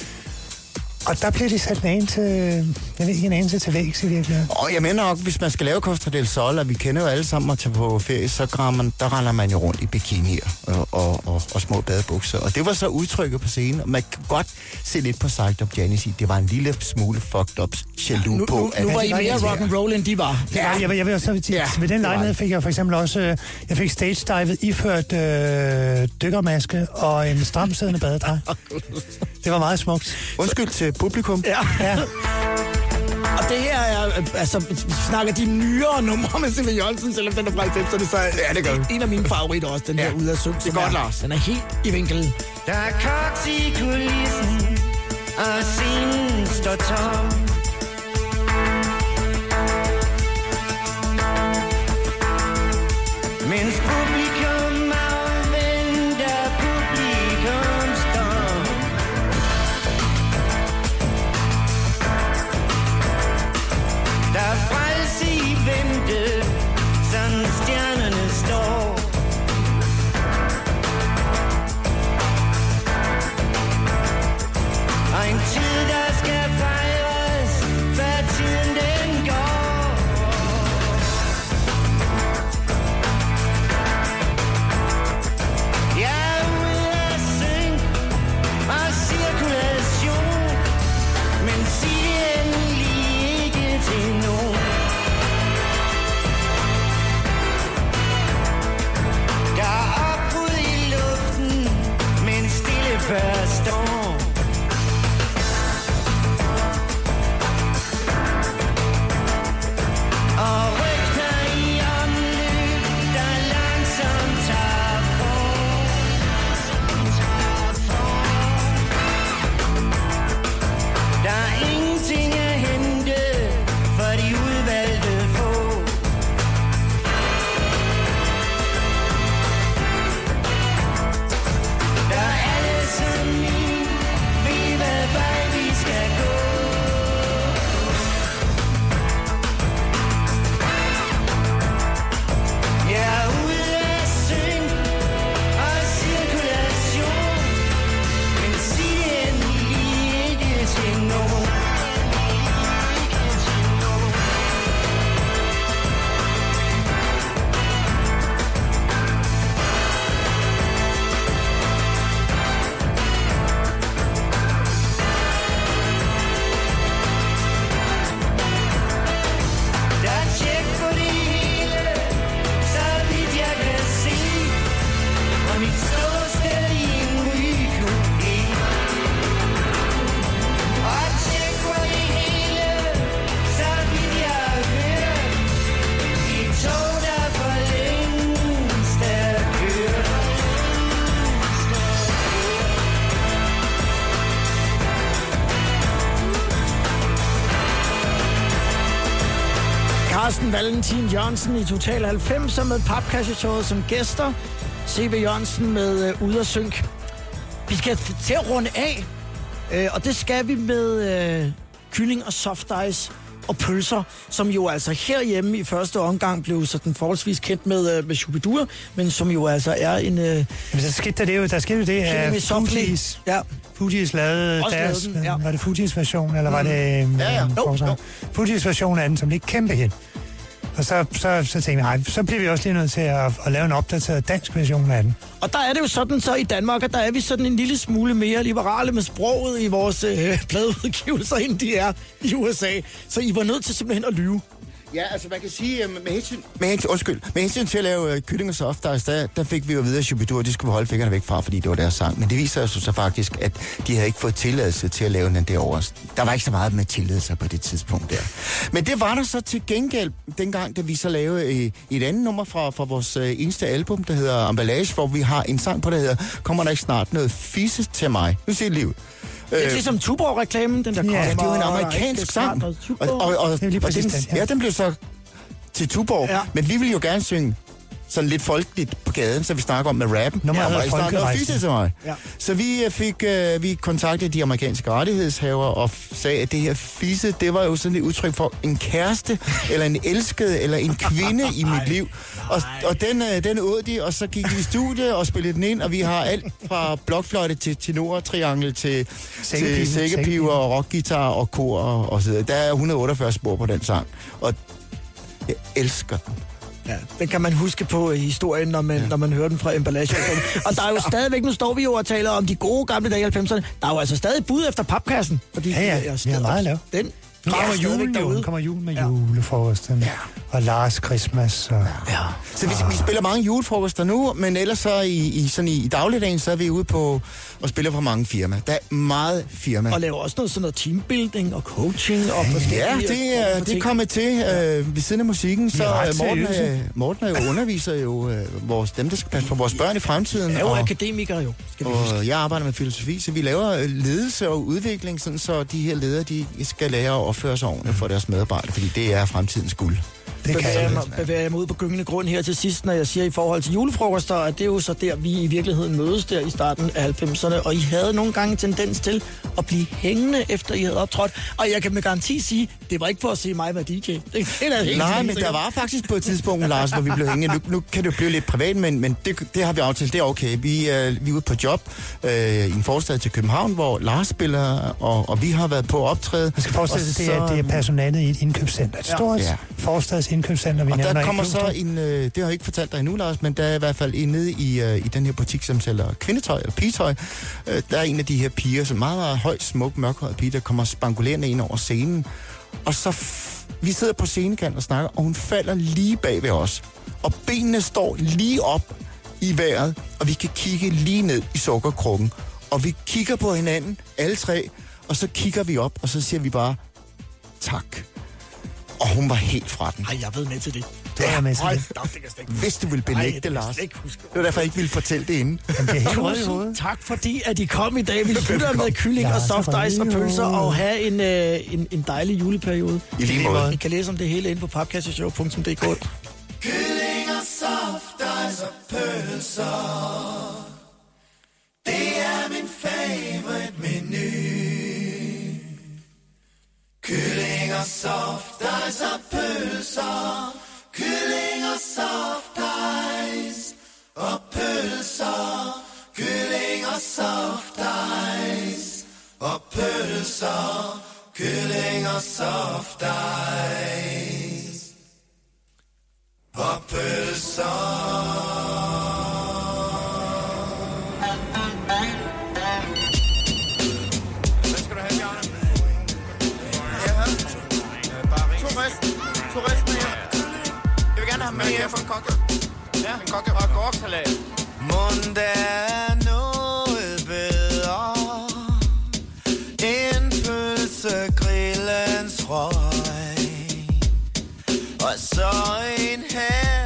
Og der bliver de sat en anelse, jeg ved ikke, en anelse til vægs i virkeligheden. Og jeg mener nok, hvis man skal lave Costa del Sol, og vi kender jo alle sammen at tage på ferie, så man, der render man jo rundt i bikinier og, og, og, og små badebukser. Og det var så udtrykket på scenen, og man kan godt se lidt på Sagt Up Janice. Det var en lille smule fucked up jaloux nu, på. Nu, nu var I mere rock and roll, end de var. Ja, jeg, jeg, jeg vil også sige, ja, ved den lejlighed fik jeg for eksempel også, øh, jeg fik stage-divet iført øh, dykkermaske og en stramsiddende badedragt. Det var meget smukt. Undskyld til publikum. Ja. ja. Og det her er, altså, snakker de nyere numre med C V Jørgensen, selvom den er fra halvfemserne, så ja, det gør en, en af mine favoritter også, den ja. her ude af synge. Det er godt, Lars. Den er helt i vinkelen. Der er koks i kulissen, og scenen står tom. Mens publikum afventer publikums dom. Der er frelse i vente, sådan stjernerne står. Og en tid, der skal fejres Carsten Valentin Jørgensen i Total halvfems med Papkasseshowet som gæster. C B Jørgensen med uh, Ude og Synk. Vi skal til at runde af, uh, og det skal vi med uh, kylling og soft ice og pølser, som jo altså herhjemme i første omgang blev sådan forholdsvis kendt med, uh, med Shubidua, men som jo altså er en... Uh, Jamen, der skete det jo, der skete det af Fugees. Ja. Fugees lavede Også deres... lavede den, ja. Var det Fugees version, eller var det... Um, ja, ja. No, no. Fugees version af den, som ligger kæmpe hen. Og så, så, så tænkte jeg, nej, så bliver vi også lige nødt til at, at lave en opdateret dansk version af den. Og der er det jo sådan så i Danmark, at der er vi sådan en lille smule mere liberale med sproget i vores øh, pladeudgivelser, end de er i U S A. Så I var nødt til simpelthen at lyve. Ja, altså man kan sige, øh, med hensyn, med hensyn, undskyld, med hensyn til at lave øh, kylling og soft ice, der, der fik vi jo videre, at Shubidua, de skulle holde fingrene væk fra, fordi det var deres sang. Men det viser sig så faktisk, at de havde ikke fået tilladelse til at lave den derovre. Der var ikke så meget med tilladelse på det tidspunkt der. Men det var der så til gengæld, dengang, da vi så lavede øh, et andet nummer fra, fra vores øh, eneste album, der hedder Emballage, hvor vi har en sang på, der hedder Kommer der ikke snart noget fisse til mig? Nu ser livet. Det er ligesom Tuborg-reklamen, den der kommer. Ja, det er jo en amerikansk sang. Og, og, og, og, det er lige og den, den, ja. ja, den blev så til Tuborg. Ja. Men vi vil jo gerne synge sådan lidt folkeligt på gaden, så vi snakker om med rappen. Nummer ja, hedder Folkerejsen. til mig. Ja. Så vi fik uh, vi kontaktede de amerikanske rettighedshaver og sagde, at det her fisse, det var jo sådan et udtryk for en kæreste, eller en elskede, eller en kvinde i mit liv. Og, og den, uh, den åd de, og så gik vi i studiet og spillede den ind, og vi har alt fra blokfløjte til tenor-triangel til sækkepiver og rockgitar og kor og, og så videre. Der er et hundrede og otteogfyrre spor på den sang, og jeg elsker den. Ja, den kan man huske på i historien, når man, ja. når man hører den fra Emballage. Og der er jo stadigvæk, nu står vi jo og taler om de gode gamle dage i halvfemserne, der er jo altså stadig bud efter papkassen. Fordi ja, ja, er vi har meget lavet. Den Nu kommer julen, jo. Nu kommer julen med ja. julefrokosten. Ja. Og Lars Christmas. Og... Ja. Så vi, vi spiller mange julefrokoster nu, men ellers så i, i, sådan i, i dagligdagen, så er vi ude på og spiller for mange firmaer. Der er meget firma. Og laver også noget sådan noget teambuilding og coaching og forskellige... Ja, det er, det er kommet til øh, ved siden af musikken. Så Morten, øh, Morten er jo underviser jo øh, vores, dem, der skal passe på vores børn i fremtiden. Jeg er jo og, akademiker jo. Skal vi og jeg arbejder med filosofi, så vi laver ledelse og udvikling, sådan, så de her ledere, de skal lære at opføre sig ordentligt for deres medarbejdere, fordi det er fremtidens guld. Det bevæger jeg, mig, bevæger jeg mig ud på gyngende grund her til sidst, når jeg siger i forhold til julefrokoster, at det er jo så der, vi i virkeligheden mødes der i starten af halvfemserne, og I havde nogle gange tendens til at blive hængende, efter I havde optrådt. Og jeg kan med garanti sige, det var ikke for at se mig være D J. Det, det er helt Nej, men der var faktisk på et tidspunkt, Lars, hvor vi blev hængende. Nu, nu kan det jo blive lidt privat, men, men det, det har vi aftalt, det er okay. Vi, øh, vi er ude på job øh, i en forstad til København, hvor Lars spiller, og, og vi har været på optræde. Man skal forestille sig, det er, det er personalet i et indkøbscenter. Et stort ja. forstads indkøbscenter, vi og nævner. Der kommer så en, øh, det har jeg ikke fortalt dig endnu, Lars, men der er i hvert fald en nede i, øh, i den her butik, som sælger kvindetøj eller pigetøj. Øh, der er en af de her piger, som meget, meget høj, smuk, mørkhåret pige, der kommer spangulerende ind over scenen. Og så, f- vi sidder på scenekanten og snakker, og hun falder lige bag ved os. Og benene står lige op i vejret, og vi kan kigge lige ned i sukkerkrukken. Og vi kigger på hinanden, alle tre, og så kigger vi op, og så siger vi bare, tak. Og hun var helt fra den. Ej, jeg ved med til det. Du er med til det. Hvis du vil benægte det, Lars. Det var derfor, jeg ikke ville fortælle det inden. Tusind tak, fordi at I kom i dag. Vi slutter med kylling og soft ice og pølser og have en, øh, en, en dejlig juleperiode. I lige måde. I kan læse om det hele inde på papkasseshow punktum d k. Kylling og soft ice og pølser, det er min favorite menu. Kylling og soft ice og pølser, kylling og soft ice og pølser, kylling og soft ice og pølser, kylling og soft ice og pølser. Med her for en kokke. Ja, en kokke og agurksalat. Mon der er noget bedre end pølsegrillens røg, og så en her